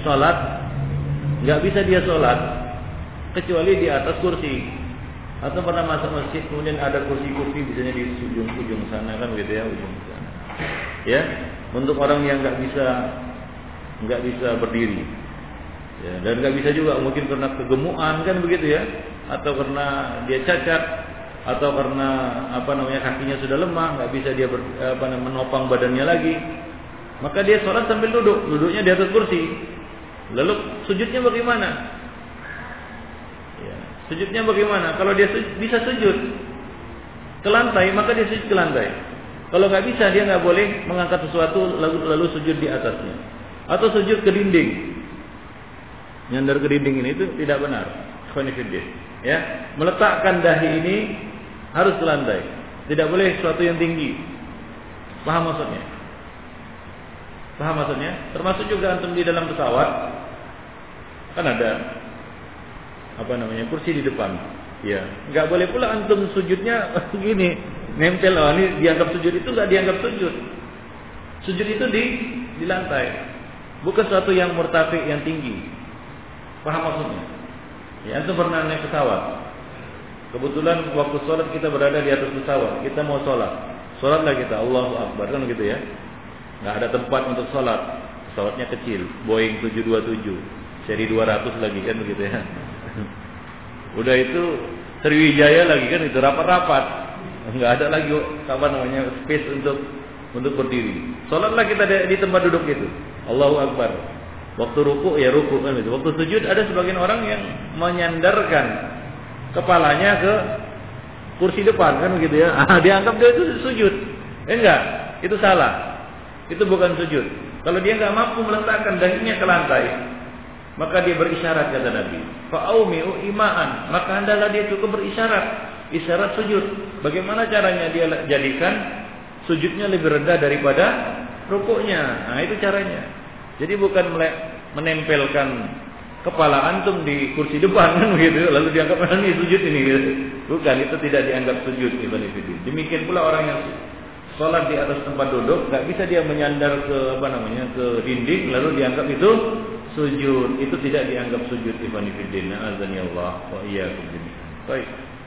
[SPEAKER 1] salat kecuali di atas kursi. Atau pernah masuk masjid kemudian ada kursi-kursi biasanya di ujung sana kan gitu ya, ujung sana. Ya, untuk orang yang nggak bisa berdiri. Ya, dan nggak bisa juga mungkin karena kegemukan kan begitu ya, atau karena dia cacat, atau karena kakinya sudah lemah, nggak bisa dia menopang badannya lagi. Maka dia sholat sambil duduknya di atas kursi. Lalu sujudnya bagaimana? Sujudnya bagaimana? Kalau dia bisa sujud ke lantai, maka dia sujud ke lantai. Kalau nggak bisa, dia nggak boleh mengangkat sesuatu lalu sujud di atasnya. Atau sujud ke dinding. Nyandar ke dinding ini itu tidak benar. Ya, meletakkan dahi ini harus ke lantai. Tidak boleh sesuatu yang tinggi. Paham maksudnya? Termasuk juga antum di dalam pesawat kan ada kursi di depan. Ya, nggak boleh pula antum sujudnya begini, nempel. Ini dianggap sujud, itu nggak dianggap sujud. Sujud itu di lantai, bukan sesuatu yang murtafi, yang tinggi. Paham maksudnya? Ya, antum pernah naik pesawat. Kebetulan waktu sholat kita berada di atas pesawat, kita mau sholatlah kita, Allahu Akbar kan gitu ya. Nggak ada tempat untuk sholat, pesawatnya kecil, Boeing 727, seri 200 lagi kan begitu ya. Udah itu Sriwijaya lagi kan itu rapat-rapat, nggak ada lagi space untuk berdiri. Sholatlah kita di tempat duduk itu, Allahu Akbar. Waktu ruku ya ruku kan itu. Waktu sujud ada sebagian orang yang menyandarkan kepalanya ke kursi depan kan begitu ya. Dia anggap dia itu sujud. Enggak, itu salah. Itu bukan sujud. Kalau dia enggak mampu meletakkan dahinya ke lantai, maka dia berisyarat kata Nabi. Fa'aumi'u ima'an, maka hendaklah dia cukup berisyarat, isyarat sujud. Bagaimana caranya dia jadikan sujudnya lebih rendah daripada rukuknya. Nah, itu caranya. Jadi bukan menempelkan kepala antum di kursi depan kan begitu, lalu dianggap ini sujud ini gitu. Bukan, itu tidak dianggap sujud ibn Fidin. Demikian pula orang yang sholat di atas tempat duduk, nggak bisa dia menyandar ke ke dinding lalu dianggap itu sujud. Itu tidak dianggap sujud ibn Fidin. Azani Allah wa iyyakum. Baik.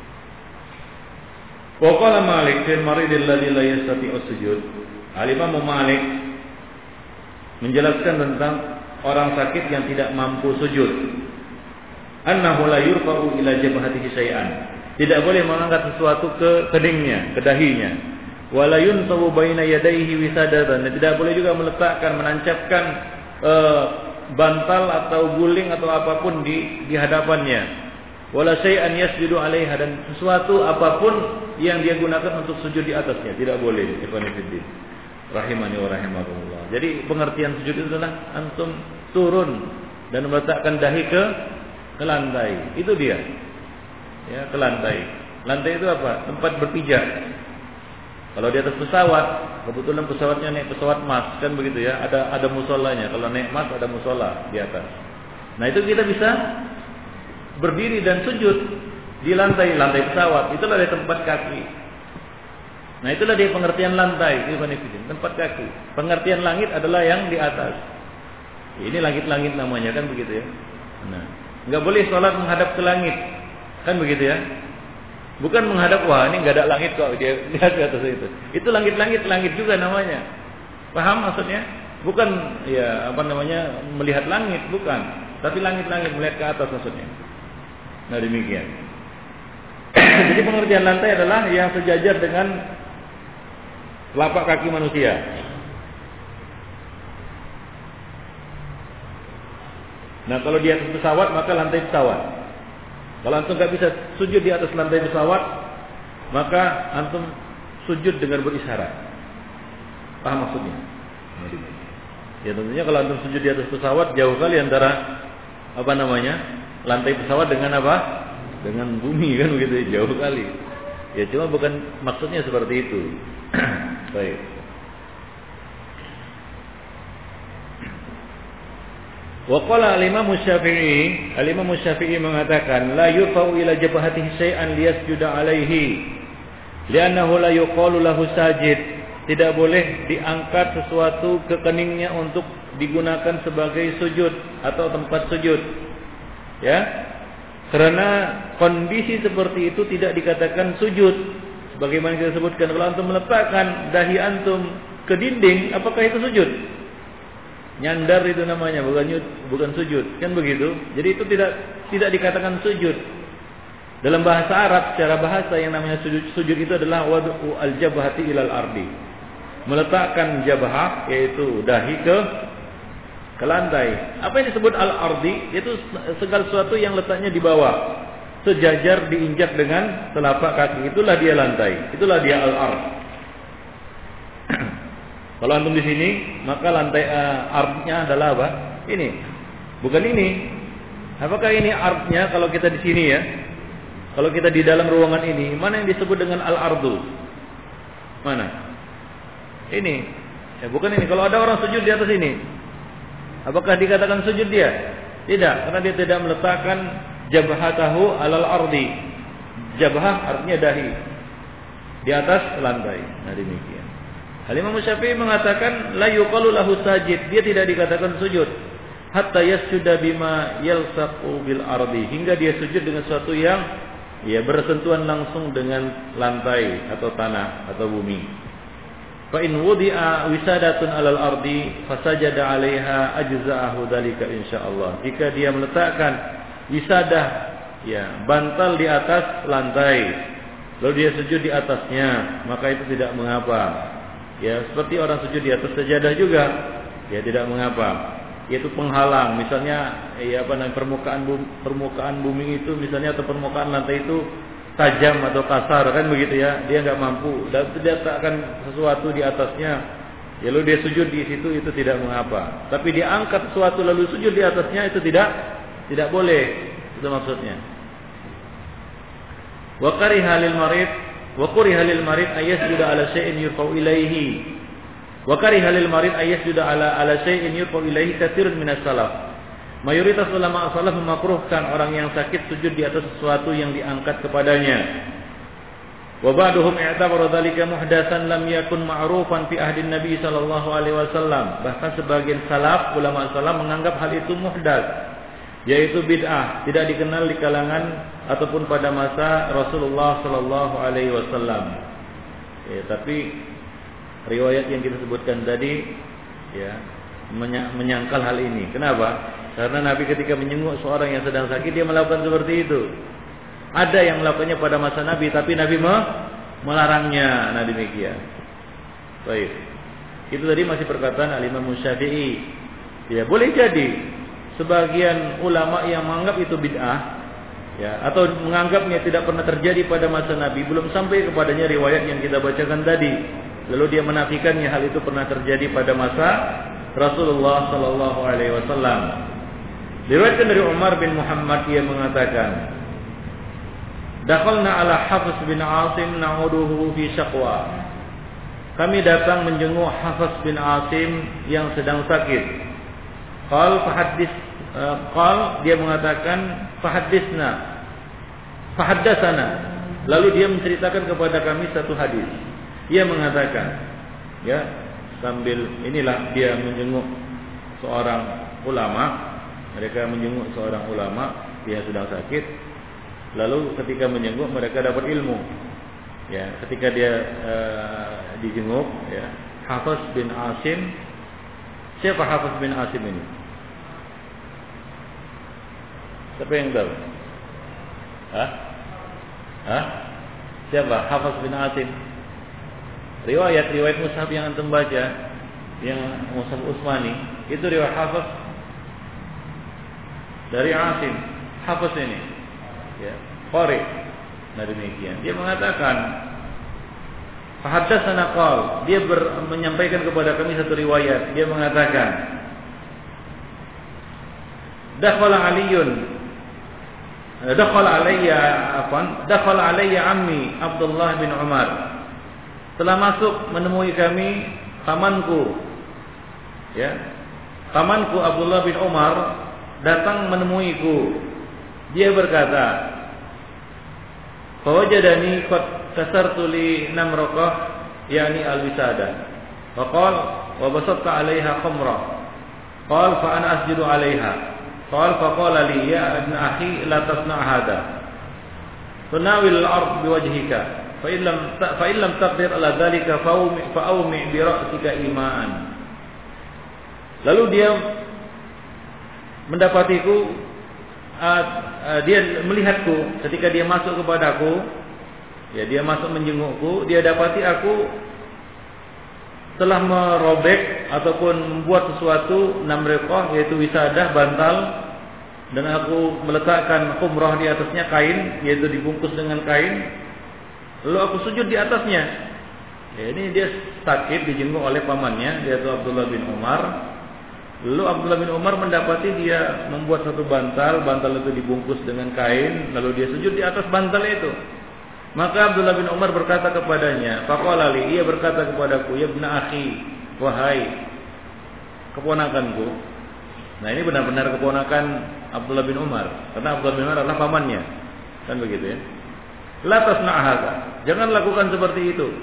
[SPEAKER 1] Wa qala Malik fil marid alladhi la yastati'u sujud. Al-Imam Malik menjelaskan tentang orang sakit yang tidak mampu sujud. Annahu la yurfa'u ila jabhatihi syai'an. Tidak boleh mengangkat sesuatu ke keningnya, ke dahinya. Wa la yunsabu baina yadayhi wisadatan. Tidak boleh juga meletakkan, menancapkan bantal atau guling atau apapun di hadapannya. Wala syai'an yasjudu 'alaiha, dan sesuatu apapun yang dia gunakan untuk sujud di atasnya tidak boleh. Ikhwan fillah rahimani wa rahimakumullah. Jadi pengertian sujud itu adalah antum turun dan meletakkan dahi ke lantai. Itu dia. Ya, ke lantai. Lantai itu apa? Tempat berpijak. Kalau di atas pesawat, kebetulan pesawatnya naik pesawat mas kan begitu ya, ada musolanya. Kalau naik mas ada musola di atas. Nah, itu kita bisa berdiri dan sujud di lantai pesawat. Itulah dia tempat kaki. Nah, itulah dia pengertian lantai, tempat kaki. Pengertian langit adalah yang di atas. Ini langit-langit namanya kan begitu ya. Nah, enggak boleh sholat menghadap ke langit. Kan begitu ya. Bukan menghadap, wah ini enggak ada langit kok, dia lihat ke atas itu. Itu langit-langit, langit juga namanya. Paham maksudnya? Bukan ya melihat langit, bukan. Tapi langit-langit melihat ke atas maksudnya. Nah demikian. Jadi pengertian lantai adalah yang sejajar dengan telapak kaki manusia. Nah kalau di atas pesawat maka lantai pesawat. Kalau antum nggak bisa sujud di atas lantai pesawat, maka antum sujud dengan berisyarat. Paham maksudnya? Ya tentunya kalau antum sujud di atas pesawat jauh kali antara lantai pesawat dengan apa? Dengan bumi kan begitu, jauh kali. Ya cuma bukan maksudnya seperti itu. Baik. Wa qala al-Imam Syafi'i mengatakan la yufau ila jabhatihi syai'an liyasjuda alaihi li'annahu la yuqalu lahu sajid. Tidak boleh diangkat sesuatu ke keningnya untuk digunakan sebagai sujud atau tempat sujud. Ya. Karena kondisi seperti itu tidak dikatakan sujud. Sebagaimana kita sebutkan, kalau antum meletakkan dahi antum ke dinding, apakah itu sujud? Nyandar itu namanya, bukan sujud, kan begitu? Jadi itu tidak dikatakan sujud. Dalam bahasa Arab, secara bahasa yang namanya sujud itu adalah wad'u al-jabhati ilal ardi. Meletakkan jabhah yaitu dahi ke lantai. Apa yang disebut al-ardi? Itu segala sesuatu yang letaknya di bawah, sejajar diinjak dengan telapak kaki. Itulah dia lantai. Itulah dia al-ard. Kalau antum di sini, maka lantai ardnya adalah apa? Ini. Bukan ini. Apakah ini ardnya kalau kita di sini ya? Kalau kita di dalam ruangan ini, mana yang disebut dengan al-ardu? Mana? Ini. Ya, bukan ini. Kalau ada orang sujud di atas ini, apakah dikatakan sujud dia? Tidak, karena dia tidak meletakkan jabhatahu alal ardi. Jabhah artinya dahi di atas lantai. Nah demikian. Al-Imam Syafi'i mengatakan la yuqalu lahu sajid, dia tidak dikatakan sujud hatta yasjuda bima yalsaqu bil ardi, hingga dia sujud dengan sesuatu yang bersentuhan langsung dengan lantai atau tanah atau bumi. Fa in wudi'a wisadatun 'alal ardi fasajada 'alaiha ajza'ahu dzalika insyaallah. Jika dia meletakkan wisadah bantal di atas lantai, lalu dia sujud di atasnya, maka itu tidak mengapa. Ya, seperti orang sujud di atas sajadah juga, ya tidak mengapa. Yaitu penghalang, misalnya permukaan bumi itu misalnya, atau permukaan lantai itu tajam atau kasar kan begitu ya, dia nggak mampu dan tidak akan sesuatu di atasnya, ya lalu dia sujud di situ, itu tidak mengapa. Tapi dia angkat sesuatu lalu sujud di atasnya, itu tidak boleh. Itu maksudnya. Wa kariha lil marid ayasjuda ala syai'in yurfa'u ilaihi. Wa kariha lil marid ayasjuda ala syai'in yurfa'u ilaihi katsirun minas salaf. Mayoritas ulama salaf memakruhkan orang yang sakit sujud di atas sesuatu yang diangkat kepadanya. Wa ba'duhum i'tabara dzalika muhdatsan lam yakun ma'rufan fi ahdi Nabi sallallahu alaihi wasallam. Bahkan sebagian salaf, ulama salaf menganggap hal itu muhdats, yaitu bid'ah, tidak dikenal di kalangan ataupun pada masa Rasulullah sallallahu alaihi wasallam. Ya, tapi riwayat yang kita sebutkan tadi menyangkal hal ini. Kenapa? Karena Nabi ketika menjenguk seorang yang sedang sakit, dia melakukan seperti itu. Ada yang melakukannya pada masa Nabi, tapi Nabi melarangnya. Nah demikian. Baik. Itu tadi masih perkataan Al-Imam Syafi'i. Ya, boleh jadi sebagian ulama yang menganggap itu bid'ah, atau menganggapnya tidak pernah terjadi pada masa Nabi, belum sampai kepadanya riwayat yang kita bacakan tadi, lalu dia menafikannya hal itu pernah terjadi pada masa Rasulullah sallallahu alaihi wasallam. Diriwayatkan dari Umar bin Muhammad, ia mengatakan, dakhalna ala Hafiz bin Asim na'uduhu fi syaqwa. Kami datang menjenguk Hafiz bin Asim yang sedang sakit. Dia mengatakan fahaddatsana. Lalu dia menceritakan kepada kami satu hadis. Dia mengatakan, sambil inilah dia menjenguk seorang ulama. Mereka menjenguk seorang ulama, dia sedang sakit. Lalu ketika menjenguk mereka dapat ilmu. Ketika dia dijenguk, Hafiz bin Asim. Siapa Hafiz bin Asim ini? Siapa yang tahu? Siapa? Hafiz bin Asim. Riwayat mushaf yang antum baca, yang mushaf Utsmani, itu riwayat Hafiz dari Asim. Hafiz ini, ya, qari. Nah demikian. Dia mengatakan, Fahaddatsana qal, dia menyampaikan kepada kami satu riwayat. Dia mengatakan, Dakhala alayya ammi Abdullah bin Umar. Telah masuk menemui kami pamanku. Ya. Pamanku Abdullah bin Umar datang menemuiku. Dia berkata, "Fawajadani qad kasartu li namraqah, yani al-wisada." Faqala wa basatta 'alayha khamra. Qala fa ana asjudu 'alayha. Qala faqala li ya ibn akhi la tasna' hadha. Tunawil al-ard biwajhika fa illam taqdir ala dhalika fa'awmi bi ra'sika iman. Lalu dia mendapatiku, dia melihatku ketika dia masuk kepadaku, ya dia masuk menjengukku, dia dapati aku telah merobek ataupun membuat sesuatu namriqah, yaitu wisadah, bantal, dan aku meletakkan khumrah di atasnya, kain, yaitu dibungkus dengan kain. Lalu aku sujud di atasnya. Ya, ini dia sakit, dijenguk oleh pamannya, yaitu Abdullah bin Umar. Lalu Abdullah bin Umar mendapati dia membuat satu bantal itu dibungkus dengan kain, lalu dia sujud di atas bantal itu. Maka Abdullah bin Umar berkata kepadanya, faqala li, ia berkata kepadaku, ya ibn akhi, wahai keponakanku. Nah ini benar-benar keponakan Abdullah bin Umar, karena Abdullah bin Umar adalah pamannya, kan begitu ya. La tasna' hadza, jangan lakukan seperti itu.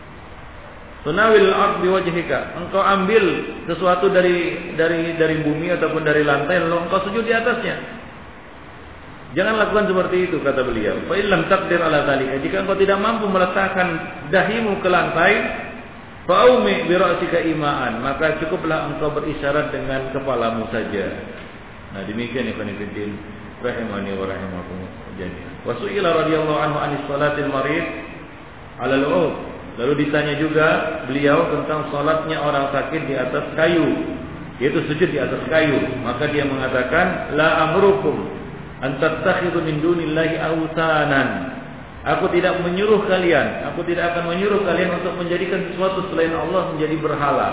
[SPEAKER 1] Tunawil ard biwajhika, engkau ambil sesuatu dari bumi ataupun dari lantai, lalu engkau sujud di atasnya. Jangan lakukan seperti itu, kata beliau. Fa illam taqdir ala dzalika, jika engkau tidak mampu meletakkan dahimu ke lantai, fa aumi bi ra'sika imaan, maka cukuplah engkau berisyarat dengan kepalamu saja. Nah, demikian ikhwan fillah rahimani wa rahimakumullah jami'an. Wa su'ila radhiyallahu anhu anis salatil marid 'ala al-'ud. Lalu ditanya juga beliau tentang salatnya orang sakit di atas kayu, yaitu sujud di atas kayu. Maka dia mengatakan, la amrukum an tattakhidhu min dunillahi awthanan. Aku tidak menyuruh kalian, aku tidak akan menyuruh kalian untuk menjadikan sesuatu selain Allah menjadi berhala.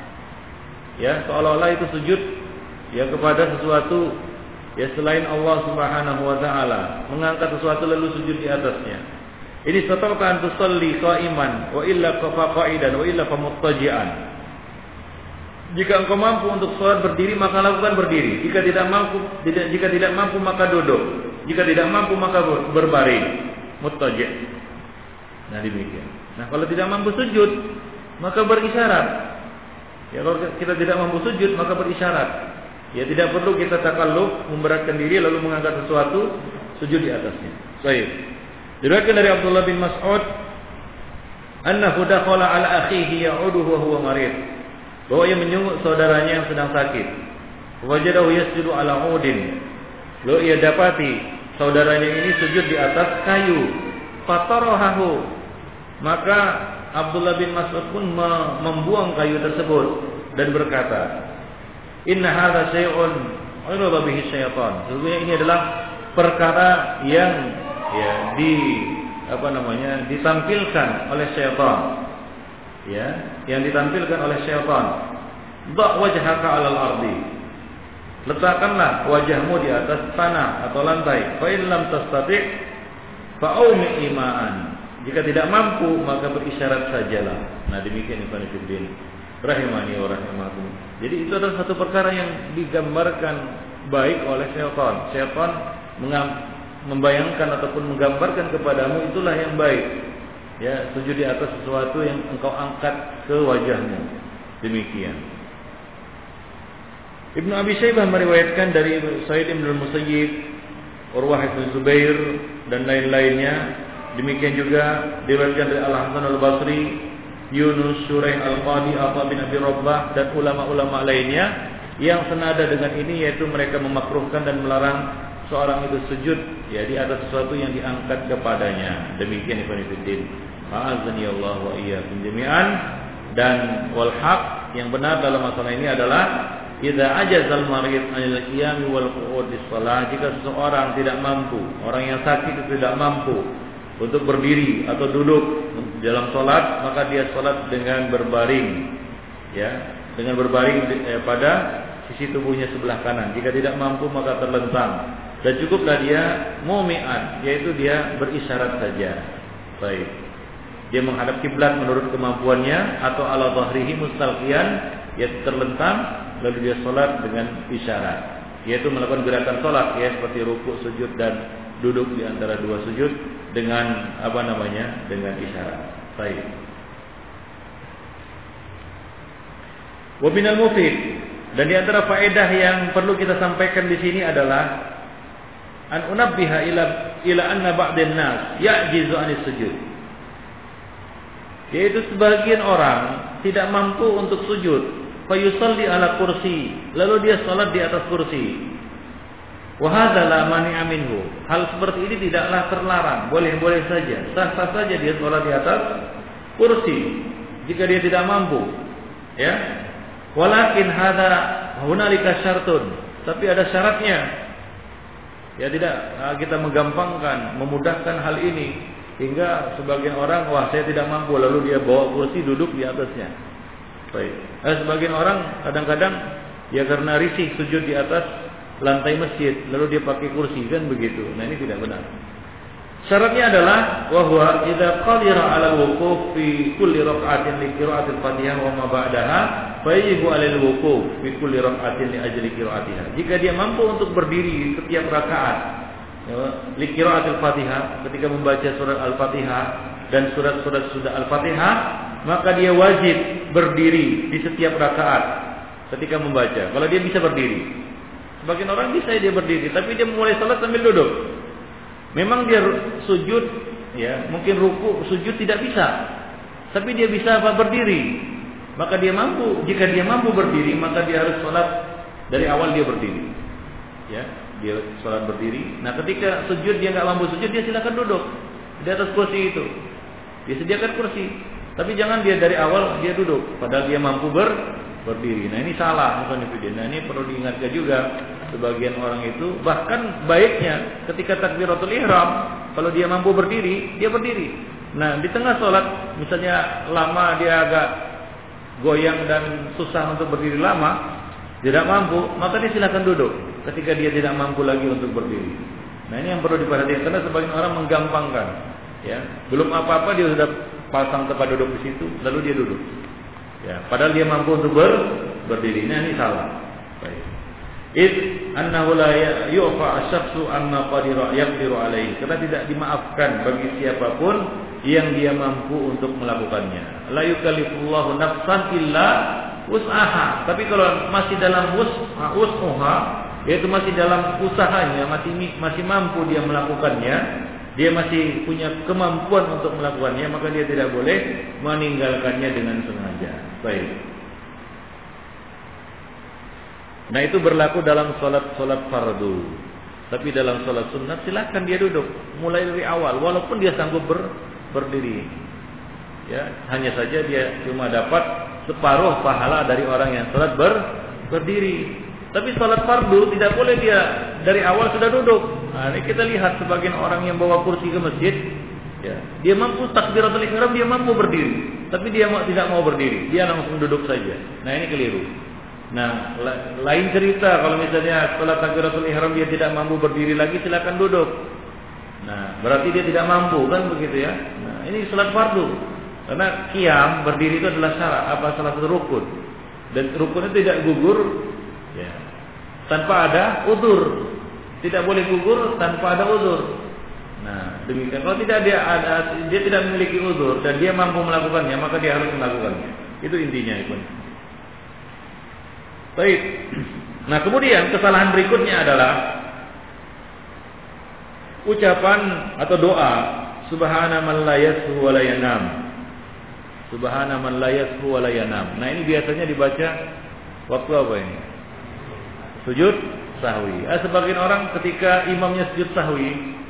[SPEAKER 1] Ya, seolah-olah itu sujud ya kepada sesuatu ya selain Allah Subhanahu wa taala, mengangkat sesuatu lalu sujud di atasnya. Ini sata'ta an tusalli qa'iman wa illa qa'idan wa illa muttaji'an. Jika engkau mampu untuk salat berdiri, maka lakukan berdiri. Jika tidak mampu maka duduk. Jika tidak mampu maka berbaring. Muttaji'. Nah demikian. Nah kalau tidak mampu sujud, maka berisyarat. Ya kalau kita tidak mampu sujud, maka berisyarat. Ya tidak perlu kita takalluf, memberatkan diri lalu mengangkat sesuatu, sujud di atasnya. Baik. Diriwayatkan dari Abdullah bin Mas'ud, annahu dakhala ala akhihi ya'uduhu wa huwa marid. Bahwa ia menjenguk saudaranya yang sedang sakit. Wajadahu yasjudu ala 'udin. Lalu ia dapati saudaranya ini sujud di atas kayu. Fatarahu. Maka Abdullah bin Mas'ud pun membuang kayu tersebut dan berkata, "Inna hadza syai'un urida bihi syaitan." Sesungguhnya ini adalah perkara yang ya ditampilkan oleh syaitan. Ya, yang ditampilkan oleh syaitan. Dha' wajhaka 'alal ardi. Letakkanlah wajahmu di atas tanah atau lantai. Fa in lam tastati' fa aumi imaan. Jika tidak mampu maka berisyarat sajalah. Nah, demikian Ibnu Fiddin rahimani wa rahimakum. Jadi itu adalah satu perkara yang digambarkan baik oleh syaitan. Syaitan membayangkan ataupun menggambarkan kepadamu itulah yang baik. Ya, sujud di atas sesuatu yang engkau angkat ke wajahmu. Demikian. Ibnu Abi Syaibah meriwayatkan dari Sa'id bin Musayyib, Urwah bin Zubair dan lain-lainnya. Demikian juga diriwayatkan dari Al-Hasan Al-Basri, Yunus, Shuraih Al-Qadi, Atha bin Abi Rabbah dan ulama-ulama lainnya yang senada dengan ini, yaitu mereka memakruhkan dan melarang seorang itu sujud Ya, di atas sesuatu yang diangkat kepadanya. Demikian Ibnu Fiddin. A'azzani Allah wa iyyakum jami'an. Dan wal haq, yang benar dalam masalah ini adalah idza ajazal marid 'anil qiyam wal qu'ud lis shalah, jika seseorang tidak mampu, orang yang sakit itu tidak mampu untuk berdiri atau duduk dalam salat, maka dia salat dengan berbaring, ya, dengan berbaring pada sisi tubuhnya sebelah kanan. Jika tidak mampu maka terlentang, dan cukuplah dia mumi'an, yaitu dia berisyarat saja. Baik, dia menghadap kiblat menurut kemampuannya, atau ala dhahrihi mustalqiyan, yaitu terlentang, lalu dia salat dengan isyarat, yaitu melakukan gerakan salat, ya, seperti rukuk, sujud dan duduk di antara dua sujud dengan dengan isyarat. Baik. Wa minal mufid, dan di antara faedah yang perlu kita sampaikan di sini adalah an unabbiha ila anna ba'dhan nas ya'jizu 'anis sujud, yaitu sebagian orang tidak mampu untuk sujud, fa yusalli ala kursi, lalu dia salat di atas kursi. Wa hadza la mani'a minhu, hal seperti ini tidaklah terlarang, boleh-boleh saja, sah-sah saja dia salat di atas kursi jika dia tidak mampu, ya. Walakin hadza hunalika syartun, tapi ada syaratnya. Ya, tidak kita menggampangkan, memudahkan hal ini hingga sebagian orang, wah saya tidak mampu, lalu dia bawa kursi duduk di atasnya. Baik. Sebagian orang kadang-kadang ya karena risih sujud di atas lantai masjid, lalu dia pakai kursi, kan begitu. Nah, ini tidak benar. Syaratnya adalah wahwa idza qadira 'ala al-wuquf fi kulli rak'atin li qira'atil Fatihah wa ma ba'daha fa yajibu 'alal wuquf fi kulli rak'atin li ajli qira'atiha. Jika dia mampu untuk berdiri setiap rakaat, ya, li qira'atil Fatihah, ketika membaca surat Al-Fatihah dan surat-surat sudah Al-Fatihah, maka dia wajib berdiri di setiap rakaat ketika membaca. Kalau dia bisa berdiri. Sebagian orang bisa dia berdiri, tapi dia mulai salat sambil duduk. Memang dia sujud, ya, mungkin ruku, sujud tidak bisa, tapi dia bisa berdiri. Maka dia mampu. Jika dia mampu berdiri, maka dia harus salat dari awal dia berdiri. Ya, dia salat berdiri. Nah, ketika sujud dia nggak mampu sujud, dia silakan duduk di atas kursi itu. Disediakan kursi, tapi jangan dia dari awal dia duduk, padahal dia mampu berdiri. Nah, ini salah, bukan itu. Nah, ini perlu diingatkan juga. Sebagian orang itu bahkan baiknya ketika takbiratul ihram, kalau dia mampu berdiri, dia berdiri. Nah, di tengah sholat misalnya lama dia agak goyang dan susah untuk berdiri lama, tidak mampu, maka dia silakan duduk ketika dia tidak mampu lagi untuk berdiri. Nah, ini yang perlu diperhatikan, karena sebagian orang menggampangkan, ya. Belum apa-apa dia sudah pasang tempat duduk di situ, lalu dia duduk. Ya, padahal dia mampu untuk berdiri. Nah, ini salah. Baik. Annahu la yu'fa asy-syakhsu amma yaqdiru alaihi, karena tidak dimaafkan bagi siapapun yang dia mampu untuk melakukannya. La yukallifullahu nafsan illa wus'aha. Tapi kalau masih dalam wus'uha, yaitu masih dalam usahanya, masih mampu dia melakukannya, dia masih punya kemampuan untuk melakukannya, maka dia tidak boleh meninggalkannya dengan sengaja. Baik. Nah, itu berlaku dalam solat fardu. Tapi dalam solat sunat silakan dia duduk mulai dari awal, walaupun dia sanggup berdiri. Ya, hanya saja dia cuma dapat separuh pahala dari orang yang solat berdiri. Tapi solat fardu tidak boleh dia dari awal sudah duduk. Nah, ini kita lihat sebagian orang yang bawa kursi ke masjid, ya, dia mampu takbiratul ihram, dia mampu berdiri, tapi dia tidak mau berdiri, dia langsung duduk saja. Nah, ini keliru. Nah, lain cerita kalau misalnya setelah takbiratul ihram dia tidak mampu berdiri lagi, silakan duduk. Nah, berarti dia tidak mampu, kan begitu ya. Nah, ini salat fardu. Karena qiyam berdiri itu adalah salah satu rukun. Dan rukun itu tidak gugur, ya, tanpa ada udzur. Tidak boleh gugur tanpa ada udzur. Nah, demikian. Kalau tidak dia tidak memiliki udzur dan dia mampu melakukannya, maka dia harus melakukannya. Itu intinya, Ikhwan. Baik. Nah, kemudian kesalahan berikutnya adalah ucapan atau doa subhana man la yashu wa la yanam. Subhana man la yashu wa la yanam. Nah, ini biasanya dibaca waktu apa ini? Sujud sahwi. Sebagian orang ketika imamnya sujud sahwi,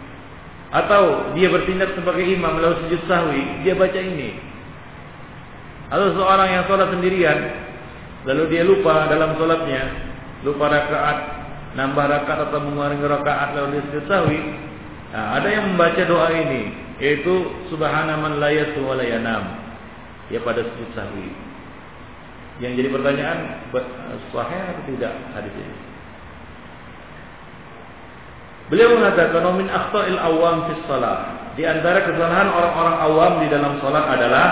[SPEAKER 1] Atau dia bertindak sebagai imam lalu sujud sahwi, dia baca ini. Atau seorang yang sholat sendirian, lalu dia lupa dalam sholatnya, lupa rakaat, nambah rakaat atau mengurangi rakaat lalu dia sujud sahwi. Nah, ada yang membaca doa ini, yaitu subhana man la yasu wa la yanam, ya pada sujud sahwi. Yang jadi pertanyaan, sahih atau tidak hadis ini? Beliau mengatakan min akhta'il awam fi shalah. Di antara kesalahan orang-orang awam di dalam salat adalah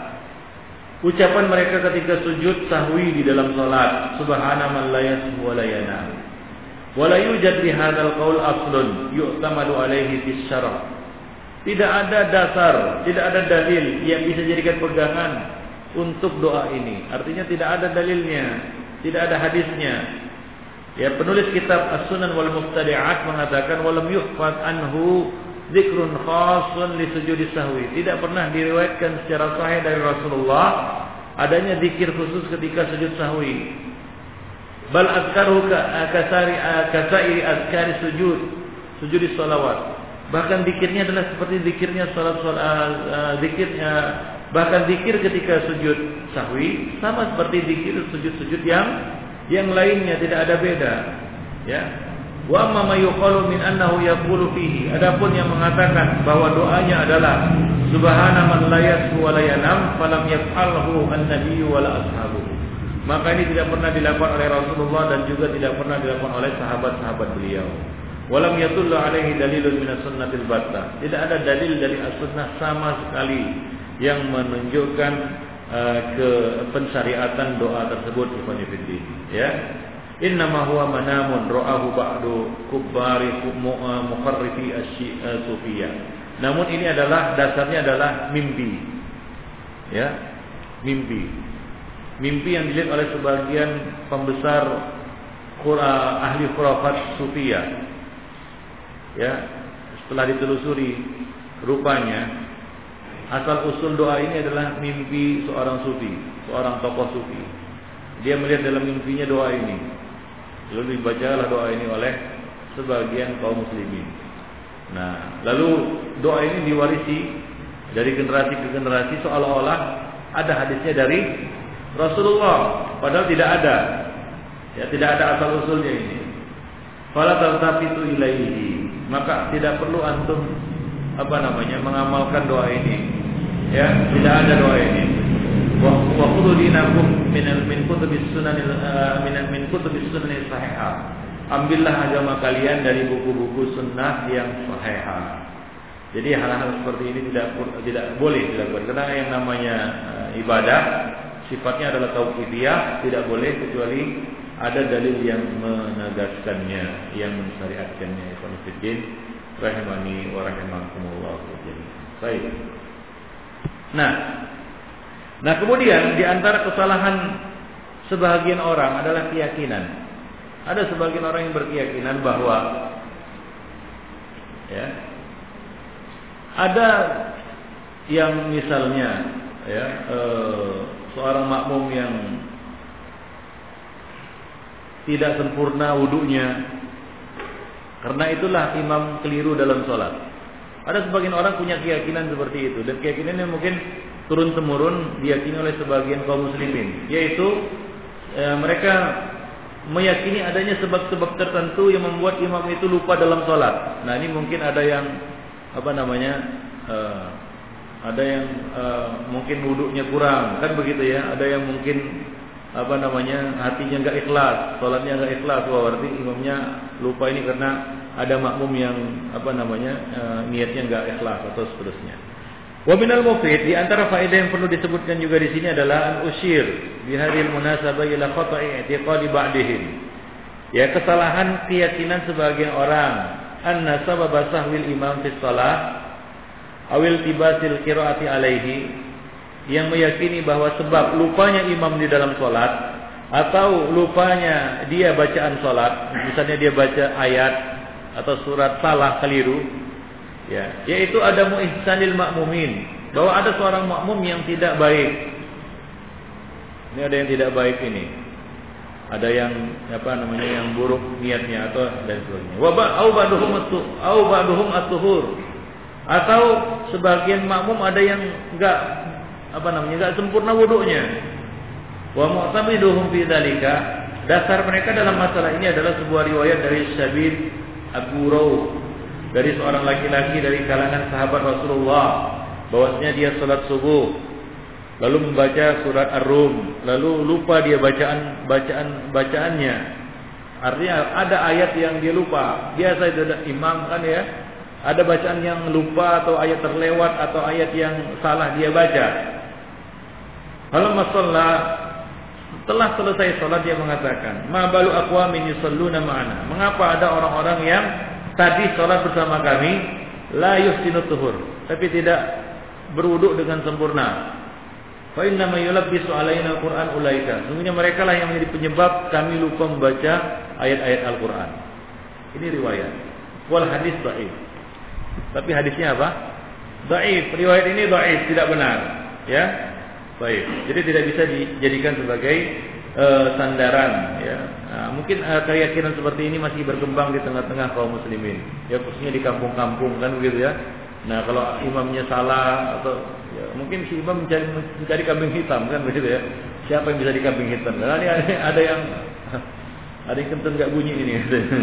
[SPEAKER 1] ucapan mereka ketika sujud sahwi di dalam salat, subhana man la yasmu wa la yanam. Wa la yujad li hadzal qaul aslun yu'tamadu alaihi fi syarah. Tidak ada dasar, tidak ada dalil yang bisa dijadikan pegangan untuk doa ini. Artinya tidak ada dalilnya, tidak ada hadisnya. Ya, penulis kitab As-Sunan wal Mubtadi'at mengatakan walam yuhfaz anhu dzikrun khassun li sujudi sahwi. Tidak pernah diriwayatkan secara sahih dari Rasulullah adanya zikir khusus ketika sujud sahwi. Bal azkaru kasairi azkari sujud sholawat. Bahkan zikirnya adalah seperti zikirnya zikirnya, bahkan zikir ketika sujud sahwi sama seperti zikir sujud-sujud yang lainnya, tidak ada beda. Ya. Wa amma ma yuqalu min annahu yaqulu fihi. Adapun yang mengatakan bahwa doanya adalah subhana man la yasmu wa la yanam falam yaf'alhu an-nabiyyu wa la ashabuhu. Maka ini tidak pernah dilakukan oleh Rasulullah dan juga tidak pernah dilakukan oleh sahabat-sahabat beliau. Walam yadullu alaihi dalilun min as-sunnatil battah. Tidak ada dalil dari as-sunnah sama sekali yang menunjukkan ke pensyariatan doa tersebut ikhwanifiddin, ya. Innama huwa manamun ra'ahu ba'du kubbari muqarrifi as-sufiyah. Namun ini adalah dasarnya adalah mimpi. Ya, mimpi. Mimpi yang dilihat oleh sebagian pembesar ahli khurafat sufiyah. Ya, setelah ditelusuri rupanya asal usul doa ini adalah mimpi seorang sufi, seorang tokoh sufi. Dia melihat dalam mimpinya doa ini. Lalu dibacalah doa ini oleh sebagian kaum muslimin. Nah, lalu doa ini diwarisi dari generasi ke generasi seolah-olah ada hadisnya dari Rasulullah, padahal tidak ada. Ya, tidak ada asal usulnya ini. Fala taltafitu ilaihi. Maka tidak perlu antum mengamalkan doa ini. Ya, tidak ada doa ini. Wa khudhu dinakum min kutubis sunan min kutubis sunan sahihah. Ambillah agama kalian dari buku-buku sunnah yang sahihah. Jadi hal-hal seperti ini tidak boleh dilakukan karena yang namanya ibadah sifatnya adalah tauqifiyah, tidak boleh kecuali ada dalil yang menegaskannya, yang mensyariatkannya. Ikhwan fillah rahimani wa rahimakumullah. Baik. Nah kemudian di antara kesalahan sebagian orang adalah keyakinan. Ada sebagian orang yang berkeyakinan bahwa ya ada yang misalnya ya seorang makmum yang tidak sempurna wudunya, karena itulah imam keliru dalam sholat. Ada sebagian orang punya keyakinan seperti itu, dan keyakinannya mungkin turun temurun diyakini oleh sebagian kaum muslimin, yaitu mereka meyakini adanya sebab-sebab tertentu yang membuat imam itu lupa dalam sholat. Nah ini mungkin ada yang ada yang mungkin wudunya kurang, kan begitu ya. Ada yang mungkin hatinya enggak ikhlas, sholatnya enggak ikhlas. Wah, berarti imamnya lupa ini karena ada makmum yang niatnya enggak ikhlas atau seterusnya. Wa minal mufid, di antara faedah yang perlu disebutkan juga di sini adalah al-usyir bi hadhil munasabah ila khata'i i'tiqadi ba'dihim. Ya, kesalahan keyakinan sebagian orang anna sababa sahwil imam fi shalah awil tibasil qiraati alaihi, yang meyakini bahwa sebab lupanya imam di dalam salat atau lupanya dia bacaan salat, misalnya dia baca ayat atau surat salah keliru, ya, yaitu ada ihsanil makmumin, bahwa ada seorang makmum yang tidak baik. Ini ada yang tidak baik ini. Ada yang yang buruk niatnya atau dan sebagainya. Wa au ba'duhum at-tuhur. Atau sebagian makmum ada yang enggak sempurna wudunya. Wa mu'tamiduhum fi dzalika, dasar mereka dalam masalah ini adalah sebuah riwayat dari Syabib Abu Rawh, dari seorang laki-laki dari kalangan sahabat Rasulullah, bahwasanya dia salat subuh lalu membaca surat Ar-Rum, lalu lupa dia bacaannya. Artinya ada ayat yang dia lupa. Biasa itu imam kan ya, ada bacaan yang lupa atau ayat terlewat atau ayat yang salah dia baca. Kalau masalah setelah selesai salat dia mengatakan, "Ma balu aqwamin yusalluna ma'ana." Mengapa ada orang-orang yang tadi salat bersama kami la yuhsinut tuhur, tapi tidak berwudu dengan sempurna. Fa inna ma yulabbisu alaina al-Qur'an ulaika. Sungguhnya mereka lah yang menjadi penyebab kami lupa membaca ayat-ayat Al-Qur'an. Ini riwayat. Wal hadis dhaif. Tapi hadisnya apa? Dhaif. Riwayat ini dhaif, tidak benar, ya. Baik. Jadi tidak bisa dijadikan sebagai sandaran, ya. Nah, mungkin keyakinan seperti ini masih berkembang di tengah-tengah kaum muslimin. Ya khususnya di kampung-kampung kan begitu ya. Nah, kalau imamnya salah atau ya, mungkin si imam mencari kambing hitam kan begitu ya. Siapa yang bisa dikambing hitam? Karena ini ada yang kentut enggak bunyi ini.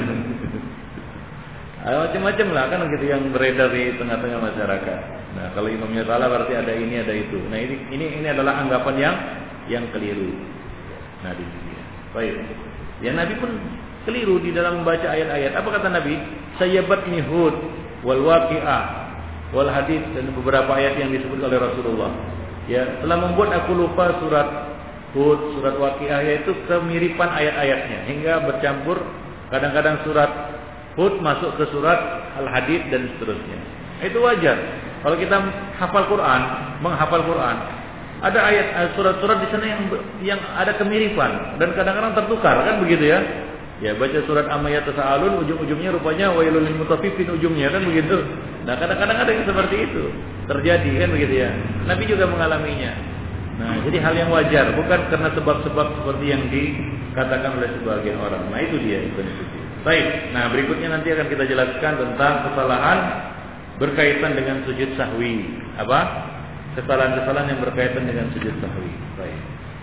[SPEAKER 1] Macam-macam lah kan gitu yang beredar di tengah-tengah masyarakat. Nah, kalau imamnya salah berarti ada ini ada itu. Nah, ini adalah anggapan yang keliru. Nah, di sini. Baik. Ya Nabi pun keliru di dalam membaca ayat-ayat. Apa kata Nabi? Sayyabatni Hud wal waqi'ah wal hadis, dan beberapa ayat yang disebut oleh Rasulullah. Ya, telah membuat aku lupa surat Hud, surat Waqiah, yaitu kemiripan ayat-ayatnya hingga bercampur. Kadang-kadang surat Hud masuk ke surat Al-Hadid dan seterusnya. Itu wajar. Kalau kita menghafal Quran, ada ayat surat-surat di sana yang ada kemiripan dan kadang-kadang tertukar kan begitu ya. Ya baca surat Amma Yatasaalun ujung-ujungnya rupanya wailul lil mutaffifin ujungnya kan begitu. Nah, kadang-kadang ada yang seperti itu terjadi kan begitu ya. Nabi juga mengalaminya. Nah, jadi hal yang wajar, bukan karena sebab-sebab seperti yang dikatakan oleh sebagian orang. Nah, itu dia Ibn Suci. Baik. Nah, berikutnya nanti akan kita jelaskan tentang kesalahan berkaitan dengan sujud sahwi. Apa? Kesalahan-kesalahan yang berkaitan dengan sujud sahwi. Baik.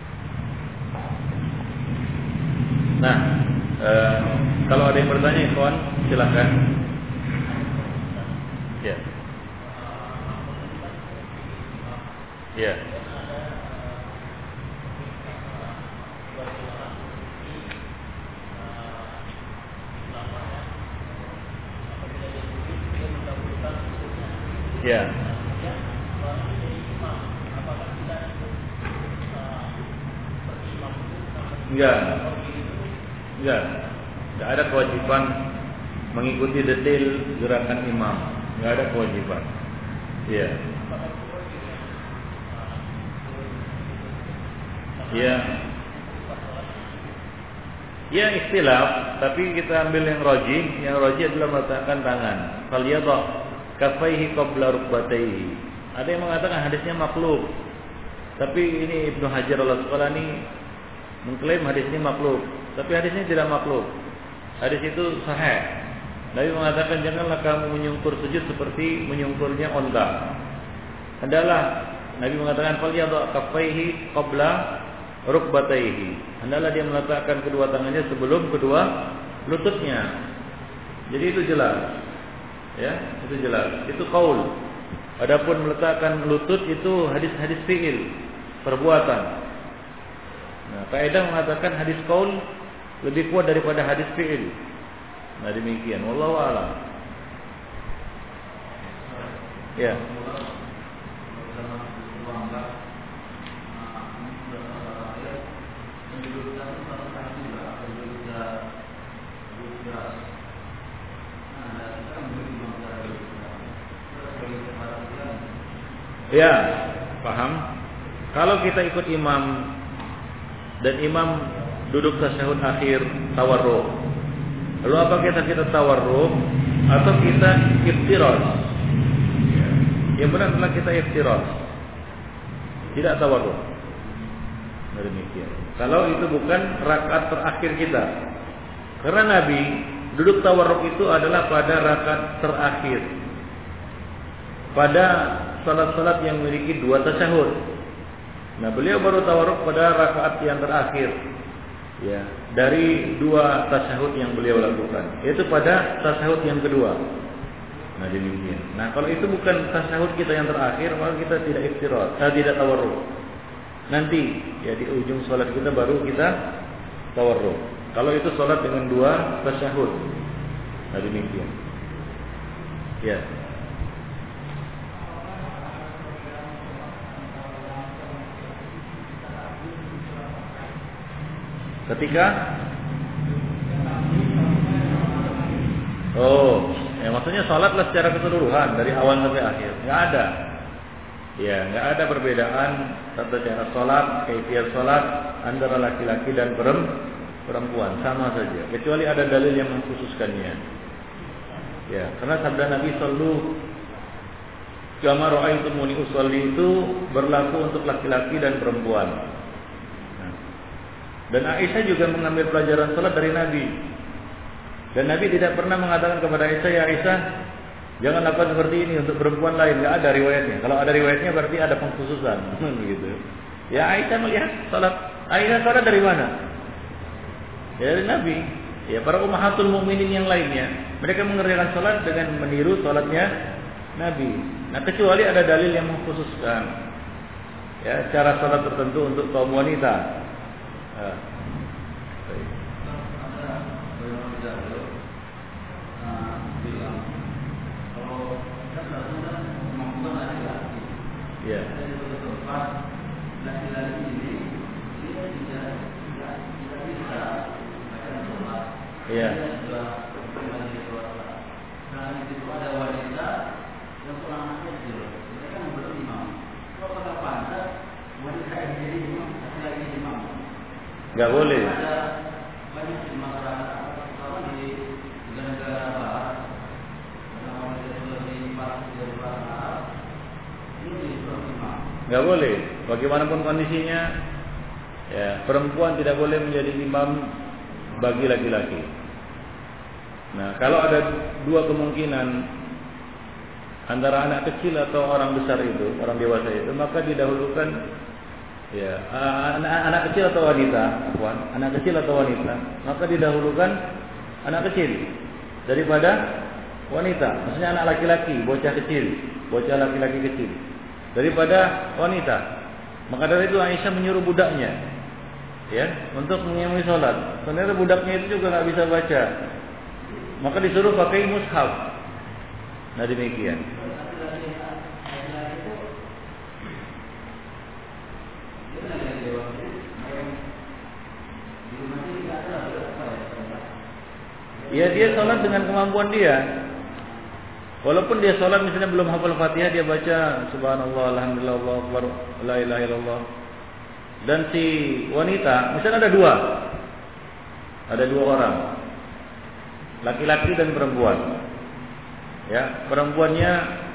[SPEAKER 1] Nah, kalau ada yang bertanya, ikhwan, silakan. Ya. Ya. Ya. Enggak ada kewajiban mengikuti detail gerakan imam. Enggak ada kewajiban. Iya. Iya. Ya ikhtilaf, tapi kita ambil yang rajih. Yang rajih adalah meletakkan tangan. Faliyadha kafaihi qabla rukbatayhi. Ada yang mengatakan hadisnya makhluk. Tapi ini Ibnu Hajar al-Asqalani mengklaim hadis ini makhluk. Tapi hadisnya tidak makhluk. Hadis itu sahih. Nabi mengatakan janganlah kamu menyungkur sujud seperti menyungkurnya onta. Hendaklah Nabi mengatakan faliyadha kaffaihi qabla rukbatayhi. Hendaklah dia meletakkan kedua tangannya sebelum kedua lututnya. Jadi itu jelas. Ya, itu jelas. Itu qaul. Adapun meletakkan lutut itu hadis-hadis fi'il, perbuatan. Nah, kaidah mengatakan hadis qaul lebih kuat daripada hadis fi'il. Nah, demikian. Wallahu a'lam. Ya. Ya, paham. Kalau kita ikut imam dan imam duduk tasyahud akhir tawarruk, lalu apa kita tawarruk atau kita iftiras? Yang benar adalah kita iftiras, tidak tawarruk. Demikian. Kalau itu bukan rakaat terakhir kita, karena Nabi duduk tawarruk itu adalah pada rakaat terakhir. pada salat-salat yang memiliki 2 tasyahud. Nah, beliau baru tawarruk pada rakaat yang terakhir. Ya, dari 2 tasyahud yang beliau lakukan, yaitu pada tasyahud yang kedua. Nah, demikian. Nah, kalau itu bukan tasyahud kita yang terakhir, maka kita tidak iftirat, tidak tawarruk. Nanti ya di ujung salat kita baru kita tawarruk. Kalau itu salat dengan 2 tasyahud. Nah, demikian. Ya. Ketika ya maksudnya salatlah secara keseluruhan dari awal sampai akhir. Enggak ada. Ya, enggak ada perbedaan tata cara salat, kaifiyat salat antara laki-laki dan perempuan, sama saja. Kecuali ada dalil yang mengkhususkannya. Ya, karena sabda Nabi sallallahu kama ra'aitumuni usolli itu berlaku untuk laki-laki dan perempuan. Dan Aisyah juga mengambil pelajaran salat dari Nabi. Dan Nabi tidak pernah mengatakan kepada Aisyah, "Ya Aisyah, jangan lakukan seperti ini untuk perempuan lain." Enggak ada riwayatnya. Kalau ada riwayatnya berarti ada pengkhususan. Begitu. Ya, Aisyah melihat salat. Aisyah salat dari mana? Ya, dari Nabi. Ya, para ummahatul mukminin yang lainnya, mereka mengerjakan salat dengan meniru salatnya Nabi. Nah, kecuali ada dalil yang mengkhususkan ya cara salat tertentu untuk kaum wanita. Ya. Ya. Ada wanita yang seorang anak kecil, mereka belum imam. Kalau pada pantas wanita yang jadi imam, laki-laki imam. Enggak boleh. Ada banyak di masyarakat terutama di negara-negara barat, orang di barat, ini imam. Enggak boleh. Bagaimanapun kondisinya, ya perempuan tidak boleh menjadi imam bagi laki-laki. Nah, kalau ada 2 kemungkinan antara anak kecil atau orang besar itu, orang dewasa itu, maka didahulukan ya anak kecil atau wanita, anak kecil atau wanita, maka didahulukan anak kecil daripada wanita. Maksudnya anak laki-laki, bocah kecil, bocah laki-laki kecil daripada wanita. Maka dari itu Aisyah menyuruh budaknya ya untuk mengimami salat. Ternyata budaknya itu juga enggak bisa baca. Maka disuruh pakai mushaf. Nah, demikian. Ya, dia sholat dengan kemampuan dia. Walaupun dia sholat misalnya belum hafal Fatihah, dia baca subhanallah, alhamdulillah, Allahu akbar, la ilaha illallah. Dan si wanita, misalnya ada dua orang, laki-laki dan perempuan. Ya, perempuannya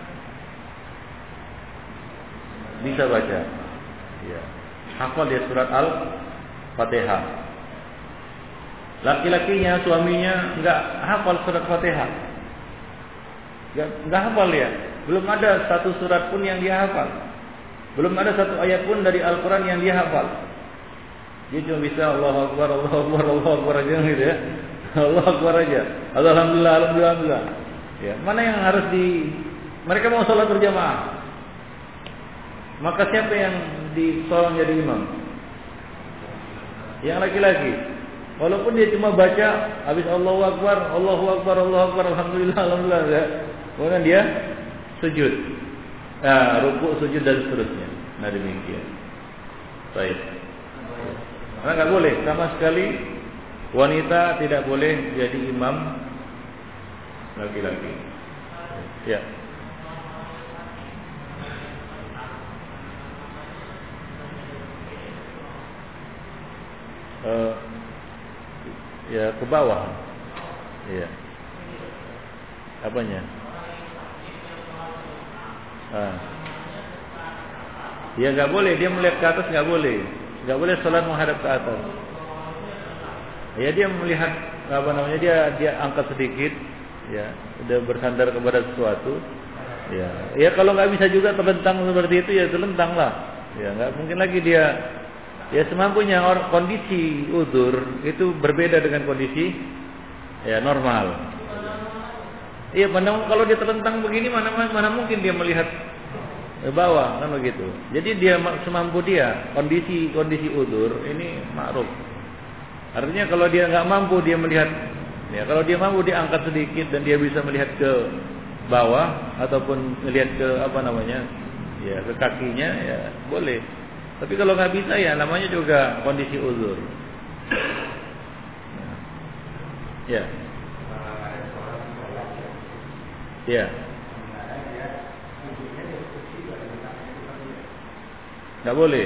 [SPEAKER 1] bisa baca. Ya, hafal dia surat Al-Fatihah. Laki-lakinya, suaminya enggak hafal surat Fatihah. Enggak hafal ya. Belum ada satu surat pun yang dia hafal. Belum ada satu ayat pun dari Al-Quran yang dia hafal. Dia cuma bisa Allahu Akbar, Allahu Akbar, Allahu Akbar aja gitu ya. Allahu Akbar aja. Alhamdulillah, alhamdulillah. Ya, mana yang harus mereka mau sholat berjamaah. Maka siapa yang ditolong jadi imam? Yang laki-laki. Walaupun dia cuma baca habis Allahu Akbar, Allahu Akbar, Allahu Akbar, alhamdulillah, alhamdulillah ya. Kemudian dia sujud. Rukuk, sujud dan seterusnya. Nah, demikian. Baik. Karena enggak boleh sama sekali wanita tidak boleh jadi imam laki-laki. Ya. Ya ke bawah. Iya. Apanya? Ya nggak boleh, dia melihat ke atas nggak boleh. Nggak boleh sholat menghadap ke atas. Ya dia melihat dia angkat sedikit, ya, udah bersandar kepada sesuatu, Ya kalau nggak bisa juga terlentang seperti itu ya terlentang lah. Ya nggak mungkin lagi dia ya semampunya. Kondisi udzur itu berbeda dengan kondisi ya normal. Iya, kalau dia terlentang begini mana mungkin dia melihat bawah kan begitu. Jadi dia semampu dia. Kondisi udzur ini makruf. Artinya kalau dia nggak mampu dia melihat, ya kalau dia mampu dia angkat sedikit dan dia bisa melihat ke bawah ataupun melihat ke ya ke kakinya ya boleh. Tapi kalau nggak bisa ya namanya juga kondisi udzur. Ya. Ya. Nggak boleh.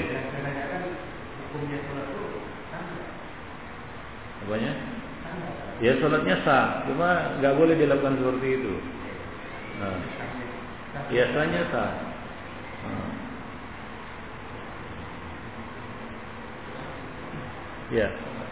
[SPEAKER 1] Apanya? Ya sholatnya sah, cuma nggak boleh dilakukan seperti itu. Nah, biasanya sah. Ya.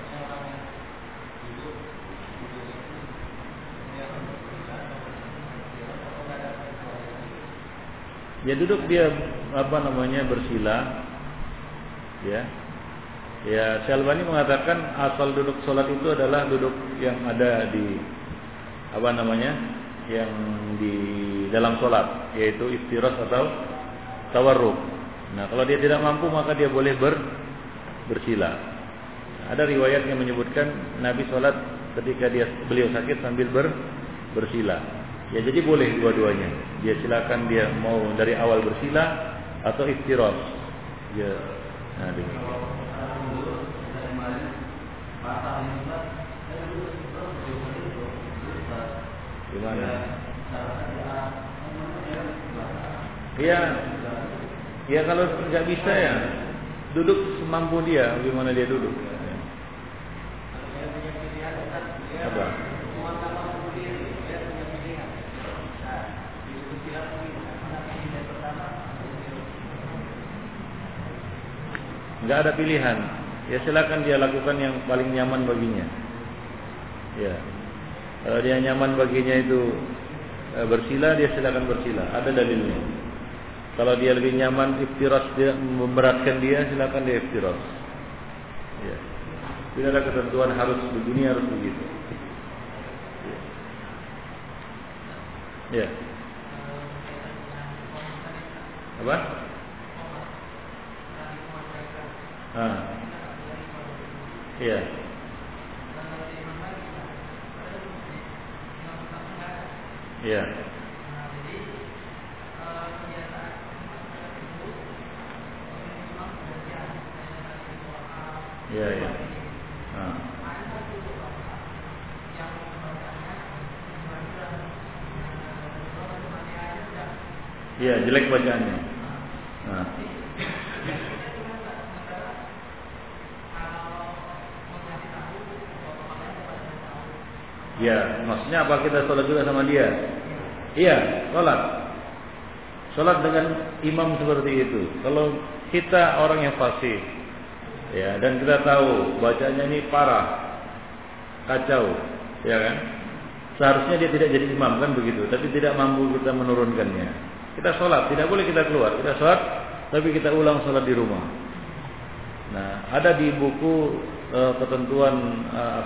[SPEAKER 1] Ya duduk dia bersila. Ya. Ya, Syalbani mengatakan asal duduk sholat itu adalah duduk yang ada di yang di dalam sholat, yaitu iftiras atau tawarruk. Nah, kalau dia tidak mampu maka dia boleh bersila. Nah, ada riwayat yang menyebutkan Nabi sholat ketika beliau sakit sambil bersila. Ya, jadi boleh dua-duanya. Dia silakan dia mau dari awal bersila atau iftiras. Ya, nah demikian. Gimana? Ya kalau nggak bisa ya duduk semampu dia, bagaimana dia duduk? Apa? Nggak ada pilihan. Ya silakan dia lakukan yang paling nyaman baginya. Ya. Kalau dia nyaman baginya itu bersila, dia silakan bersila. Ada dalilnya. Kalau dia lebih nyaman iftiras, dia memberatkan dia, silakan dia iftiras. Ya. Tidak ada ketentuan harus begini, harus begitu. Ya. Apa? Iya. Iya. Iya, iya. Iya, jelek bacaannya. Ya, maksudnya apa kita sholat juga sama dia? Iya, sholat. Sholat dengan imam seperti itu. Kalau kita orang yang fasih, ya, dan kita tahu bacanya ini parah, kacau, ya kan? Seharusnya dia tidak jadi imam kan begitu, tapi tidak mampu kita menurunkannya. Kita sholat, tidak boleh kita keluar. Kita sholat, tapi kita ulang sholat di rumah. Nah, ada di buku ketentuan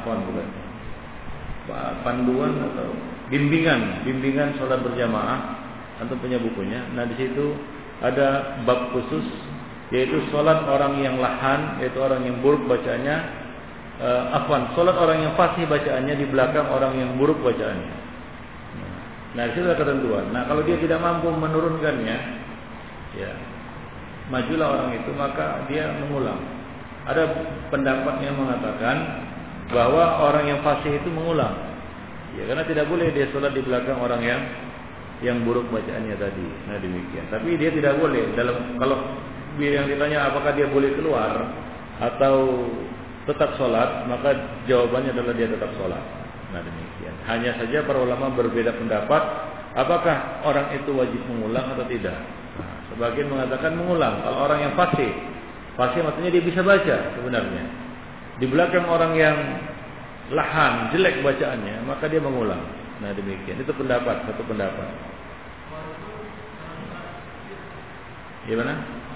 [SPEAKER 1] panduan atau bimbingan sholat berjamaah, antum punya bukunya. Nah di situ ada bab khusus, yaitu sholat orang yang lahan, yaitu orang yang buruk bacaannya, sholat orang yang fasih bacaannya di belakang orang yang buruk bacaannya. Nah di situ ada ketentuan. Nah kalau dia tidak mampu menurunkannya, ya majulah orang itu, maka dia mengulang. Ada pendapat yang mengatakan bahwa orang yang fasih itu mengulang, ya karena tidak boleh dia sholat di belakang orang yang buruk bacaannya tadi. Nah demikian. Tapi dia tidak boleh kalau yang ditanya apakah dia boleh keluar atau tetap sholat, maka jawabannya adalah dia tetap sholat. Nah demikian. Hanya saja para ulama berbeda pendapat apakah orang itu wajib mengulang atau tidak. Nah, sebagian mengatakan mengulang. Kalau orang yang fasih maksudnya dia bisa baca sebenarnya. Di belakang orang yang lahan, jelek bacaannya, maka dia mengulang. Nah demikian. Itu satu pendapat. Gimana?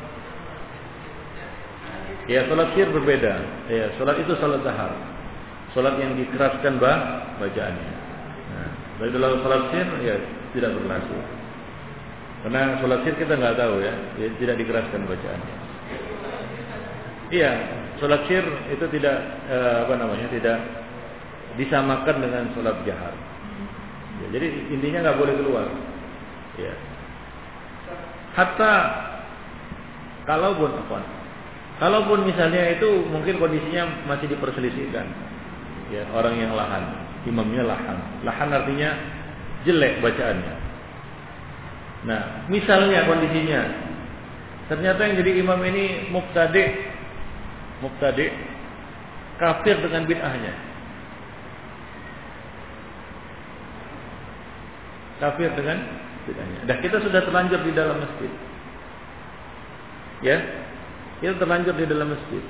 [SPEAKER 1] Ya, salat sir berbeda. Ya, salat itu salat zahar. Salat yang dikeraskan bacaannya. Nah, dari dalam salat sir ya tidak berlaku. Karena salat sir kita nggak tahu ya, tidak dikeraskan bacaannya. Iya, salat sir itu tidak tidak disamakan dengan salat jahar. Ya, jadi intinya nggak boleh keluar. Ya. Hatta kalaupun misalnya itu mungkin kondisinya masih diperselisihkan. Ya, orang yang lahan, imamnya lahan. Lahan artinya jelek bacaannya. Nah, misalnya kondisinya ternyata yang jadi imam ini mubtadi, kafir dengan bid'ahnya. Kafir dengan bid'ahnya. Dah kita sudah terlanjur di dalam masjid. Ya, kita terlanjur di dalam masjid.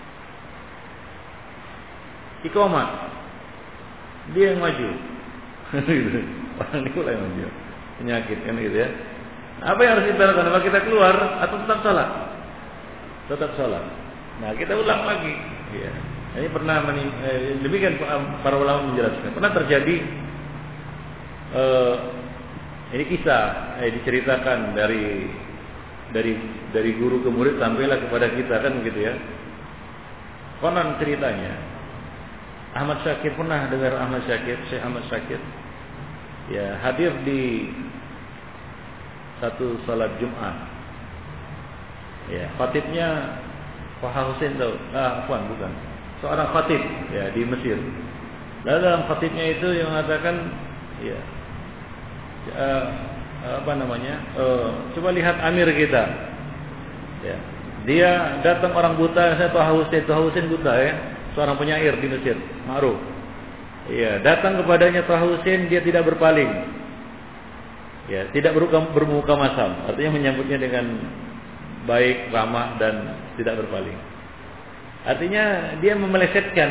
[SPEAKER 1] Iqamah, dia yang maju. Orang ini pula yang maju. Penyakit kan gitu ya. Apa yang harus kita lakukan? Apa kita keluar atau tetap salat? Tetap salat. Nah, kita ulang lagi. Ya. Ini pernah demikian para ulama menjelaskan. Pernah terjadi ini kisah diceritakan dari guru ke murid sampailah kepada kita kan begitu ya. Konon ceritanya Ahmad Syakir, pernah dengar Ahmad Syakir, Syekh Ahmad Syakir? Ya, hadir di satu salat Jumat. Ya, khatibnya Pak Husain tahu? Bukan. Seorang khatib ya di Mesir. Lalu dalam khatibnya itu yang mengatakan ya coba lihat amir kita. Ya. Dia datang orang buta, saya tahu Husain buta ya, seorang penyair di Mesir, ma'ruf. Ya, datang kepadanya Taha Husain, dia tidak berpaling. Ya, tidak bermuka masam, artinya menyambutnya dengan baik, ramah dan tidak berpaling. Artinya dia memelesetkan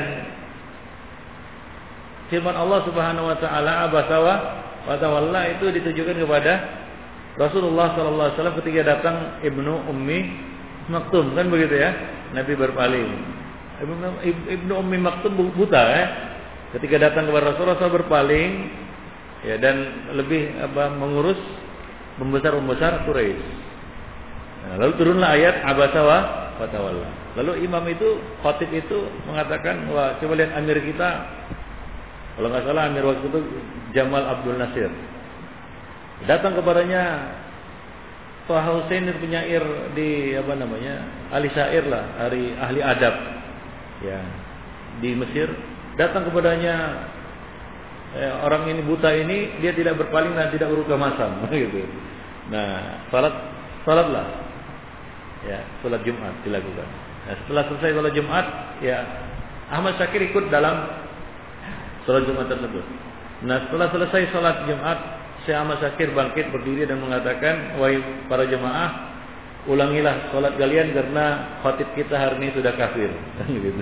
[SPEAKER 1] firman Allah Subhanahu wa taala, abasa wa tawalla, itu ditujukan kepada Rasulullah sallallahu alaihi wasallam ketika datang Ibnu Ummi Maktum, kan begitu ya? Nabi berpaling. Ibnu Ummi Maktum buta ya. Ketika datang kepada Rasulullah berpaling ya, dan lebih mengurus pembesar Quraisy. Nah, lalu turunlah ayat abasa wa tawalla. Lalu imam itu, khatib itu mengatakan, wah coba lihat amir kita. Kalau nggak salah amir waktu itu Jamal Abdul Nasir. Datang kepadanya Taha Husain, penyair di ahli syair lah, ahli adab ya di Mesir. Datang kepadanya orang ini buta ini, dia tidak berpaling dan tidak bermuka masam gitu. Nah, salatlah ya, salat Jumat dilakukan. Nah, setelah selesai salat Jumat ya, Ahmad Syakir ikut dalam salat Jumat tersebut. Nah, setelah selesai salat Jumat, Syekh Ahmad Syakir bangkit berdiri dan mengatakan, wahai para jemaah, ulangilah salat kalian karena khatib kita hari ini sudah kafir. Gitu.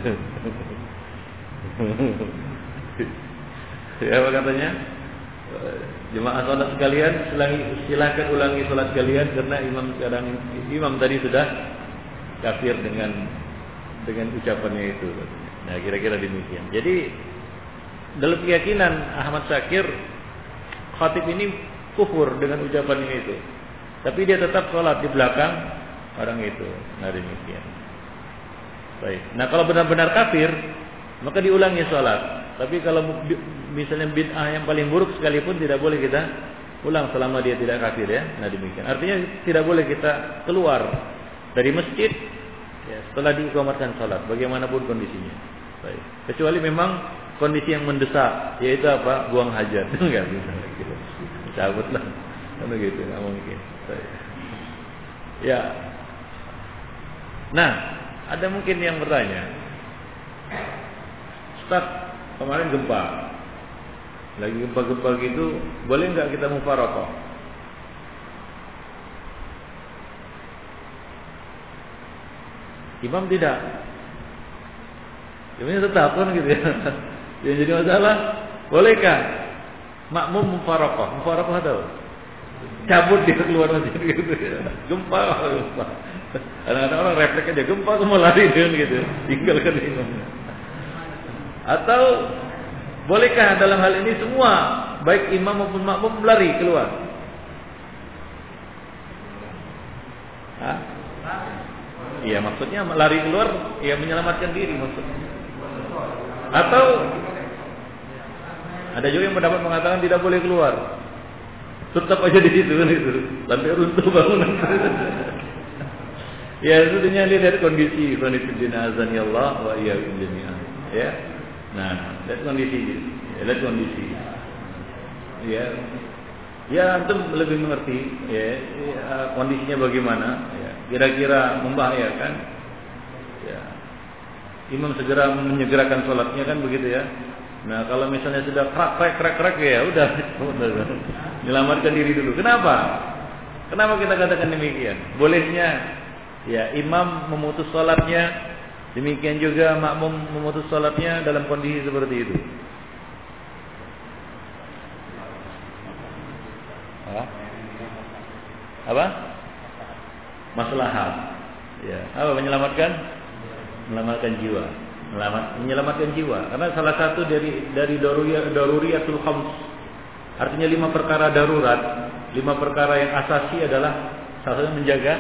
[SPEAKER 1] Ya, apa katanya? Jemaah salat sekalian, silakan ulangi salat kalian karena imam tadi sudah kafir dengan ucapannya itu. Nah, kira-kira demikian. Jadi dalam keyakinan Ahmad Syakir, khatib ini kufur dengan ucapannya itu, tapi dia tetap salat di belakang orang itu. Nah, demikian. Baik. Nah, kalau benar-benar kafir, maka diulangi salat. Tapi kalau misalnya bid'ah yang paling buruk sekalipun tidak boleh kita ulang selama dia tidak kafir ya. Nah, demikian. Artinya tidak boleh kita keluar dari masjid ya, setelah diiqamatkan salat, bagaimanapun kondisinya. Baik. Kecuali memang kondisi yang mendesak, yaitu apa? Buang hajat. Enggak bisa gitu. Cabutlah. Karena gitu, enggak mungkin. Baik. Ya. Nah, ada mungkin yang bertanya, Ustaz, kemarin gempa, lagi gempa-gempa gitu, boleh nggak kita mufaraqah? Imam tidak, imamnya tetap kan gitu ya. Yang jadi masalah, bolehkah makmum mufaraqah? Mufaraqah tahu? cabut dia keluar masjid gitu. Gempa. Kadang-kadang orang refleks aja gempa semua lari dengan gitu, tinggalkan imamnya. Atau bolehkah dalam hal ini semua baik imam maupun makmum lari keluar? Iya, maksudnya lari keluar ya menyelamatkan diri maksudnya. Atau ada juga yang pendapat mengatakan tidak boleh keluar. Tetap aja di situ kan itu. Sampai runtuh bangunan. Ya, itu dia lihat kondisi jenazah ya Allah wa iyyakum jami'an. Ya. Nah, lihat kondisi. Lihat kondisi. Ya. Ya, antum lebih mengerti ya, kondisinya bagaimana ya. Kira-kira membahayakan. Ya. Imam segera menyegerakan sholatnya kan begitu ya. Nah, kalau misalnya sudah krak ya udah menyelamatkan diri dulu. Kenapa? Kenapa kita katakan demikian? Bolehnya ya imam memutus sholatnya, demikian juga makmum memutus sholatnya dalam kondisi seperti itu. Apa? Maslahat. Ya, apa menyelamatkan? Menyelamatkan jiwa. Menyelamatkan jiwa. Karena salah satu dari daruriyatul khams. Artinya 5 perkara darurat, 5 perkara yang asasi adalah salah satu menjaga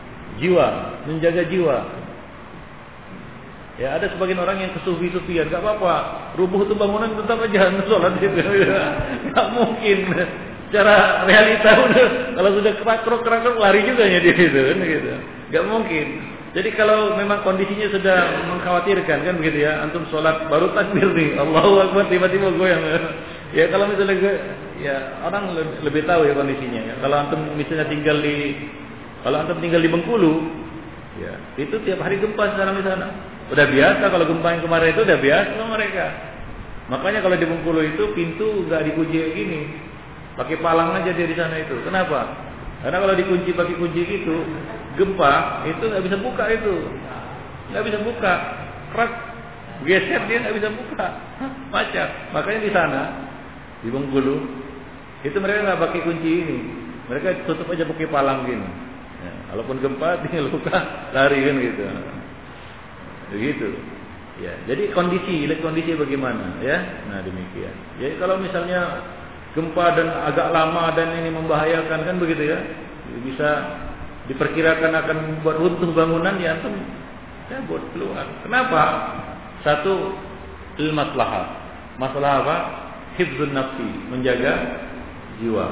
[SPEAKER 1] jiwa. Ya, ada sebagian orang yang kesufi-sufian, enggak apa-apa, rubuh itu bangunan tetap aja sholat gitu. Enggak mungkin. Secara realita kalau sudah kerak lari juga ya dia gitu kan gitu. Enggak mungkin. Jadi kalau memang kondisinya sudah mengkhawatirkan kan begitu ya, antum sholat baru takbir nih, Allahu Akbar tiba-tiba goyang. Ya kalau misalnya ya orang lebih tahu ya kondisinya ya. Kalau antum misalnya tinggal di Bengkulu, ya itu tiap hari gempa sekarang di sana. Udah biasa kalau gempa yang kemarin itu udah biasa sama mereka. Makanya kalau di Bengkulu itu pintu nggak dikunci gini, pakai palang aja dia di sana itu. Kenapa? Karena kalau dikunci pakai kunci itu, gempa itu nggak bisa buka itu, nggak bisa buka, kerak, geser dia nggak bisa buka, macet. Makanya di sana di Bengkulu itu mereka nggak pakai kunci ini, mereka tutup aja pakai palang gini. Ya, walaupun gempa tinggal buka lari kan gitu. Begitu. Ya, jadi lihat kondisi bagaimana ya. Nah, demikian. Jadi kalau misalnya gempa dan agak lama dan ini membahayakan kan begitu ya. Bisa diperkirakan akan membuat runtuh bangunan ya antum cabut keluar. Kenapa? Satu, maslahah. Masalah apa? Hifdzun nafsi, menjaga jiwa.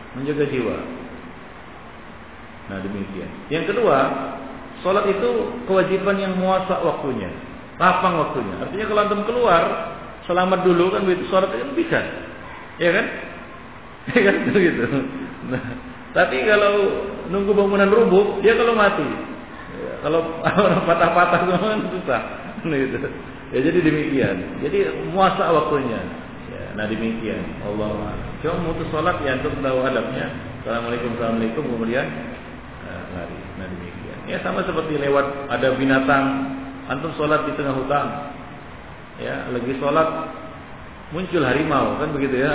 [SPEAKER 1] Nah, demikian. Yang kedua, salat itu kewajiban yang muasa waktunya, lapang waktunya. Artinya kalau antum keluar, selamat dulu kan begitu salat itu bisa. Ya kan? Ya kan gitu. Nah, tapi kalau nunggu bangunan rubuh, dia kalau mati. Ya, kalau orang patah-patah semua kan susah. Gitu. Ya jadi demikian. Jadi muasa waktunya. Ya, nah demikian. Allah. Cuma mutus salat ya antum tahu adabnya. Assalamualaikum kemudian lari. Nah demikian. Ya sama seperti lewat ada binatang, antum sholat di tengah hutan, ya lagi sholat muncul harimau kan begitu ya,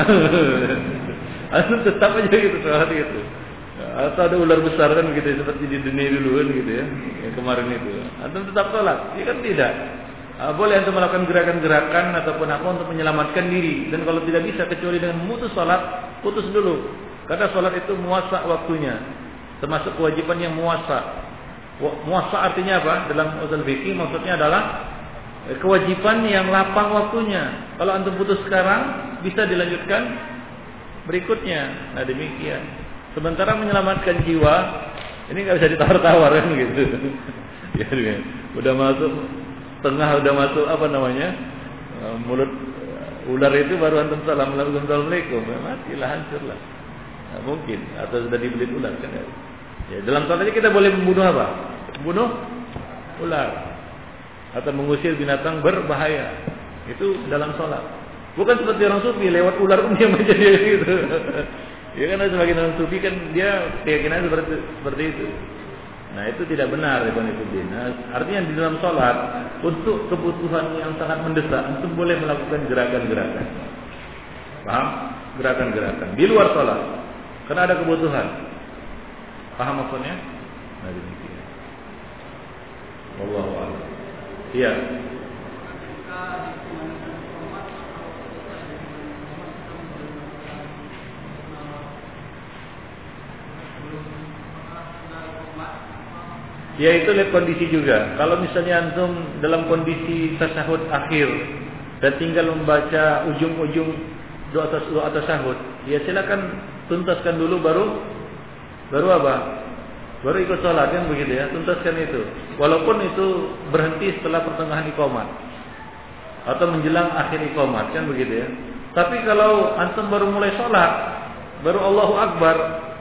[SPEAKER 1] antum tetap aja gitu sholat gitu. Atau ada ular besar kan begitu seperti di dunia dulu kan gitu ya, yang kemarin itu, antum tetap sholat, ya kan tidak. Boleh antum melakukan gerakan-gerakan ataupun apa untuk menyelamatkan diri, dan kalau tidak bisa kecuali dengan memutus sholat, putus dulu, karena sholat itu muasa waktunya. Termasuk kewajiban yang muasa. Muasa artinya apa? Dalam usul fikih maksudnya adalah kewajiban yang lapang waktunya. Kalau antum putus sekarang, bisa dilanjutkan berikutnya. Nah demikian. Sementara menyelamatkan jiwa, ini nggak bisa ditawar-tawar kan gitu. Ya, udah masuk tengah, udah masuk apa namanya mulut ular itu baru antum assalamualaikum, matilah, hancurlah. Nah, mungkin atau sudah dibelit ular kan ya. Ya, dalam sholat kita boleh membunuh apa? Membunuh ular atau mengusir binatang berbahaya. Itu dalam sholat. Bukan seperti orang sufi lewat ular pun diam aja dia gitu. Ya kan sebagian orang sufi kan dia keyakinannya seperti itu. Nah itu tidak benar ya Bang Ibn. Nah, artinya di dalam sholat untuk kebutuhan yang sangat mendesak antum boleh melakukan gerakan-gerakan. Paham? Gerakan-gerakan di luar sholat. Karena ada kebutuhan. Paham maksudnya? Nah, demikian. Wallahu a'lam. Iya. Ya itu lihat kondisi juga. Kalau misalnya antum dalam kondisi tasyahud akhir dan tinggal membaca ujung-ujung doa tasyahud, ya silakan tuntaskan dulu baru apa? Baru ikut sholat kan begitu ya, tuntaskan itu. Walaupun itu berhenti setelah pertengahan iqamat atau menjelang akhir iqamat kan begitu ya. Tapi kalau antum baru mulai sholat, baru Allahu Akbar,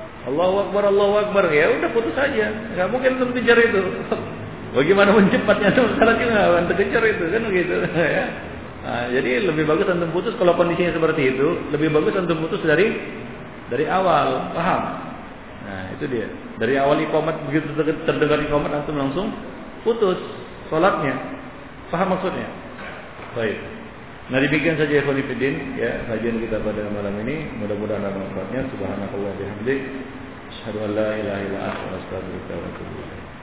[SPEAKER 1] ya udah putus saja. Enggak mungkin antum kejar itu. Bagaimana cepatnya antum salat juga antum kejar itu kan begitu ya. Nah, jadi lebih bagus antum putus kalau kondisinya seperti itu, lebih bagus antum putus dari awal, paham? Nah, itu dia. Dari awal iqamat begitu terdengar iqamat antum langsung putus salatnya. Paham maksudnya? Baik. Nah, demikian saja ikhwan fillah ya kajian kita pada malam ini. Mudah-mudahan ada manfaatnya. Subhanakallah bihamdik, asyhadu an la ilaha illa anta, astaghfiruka wa atubu ilaik.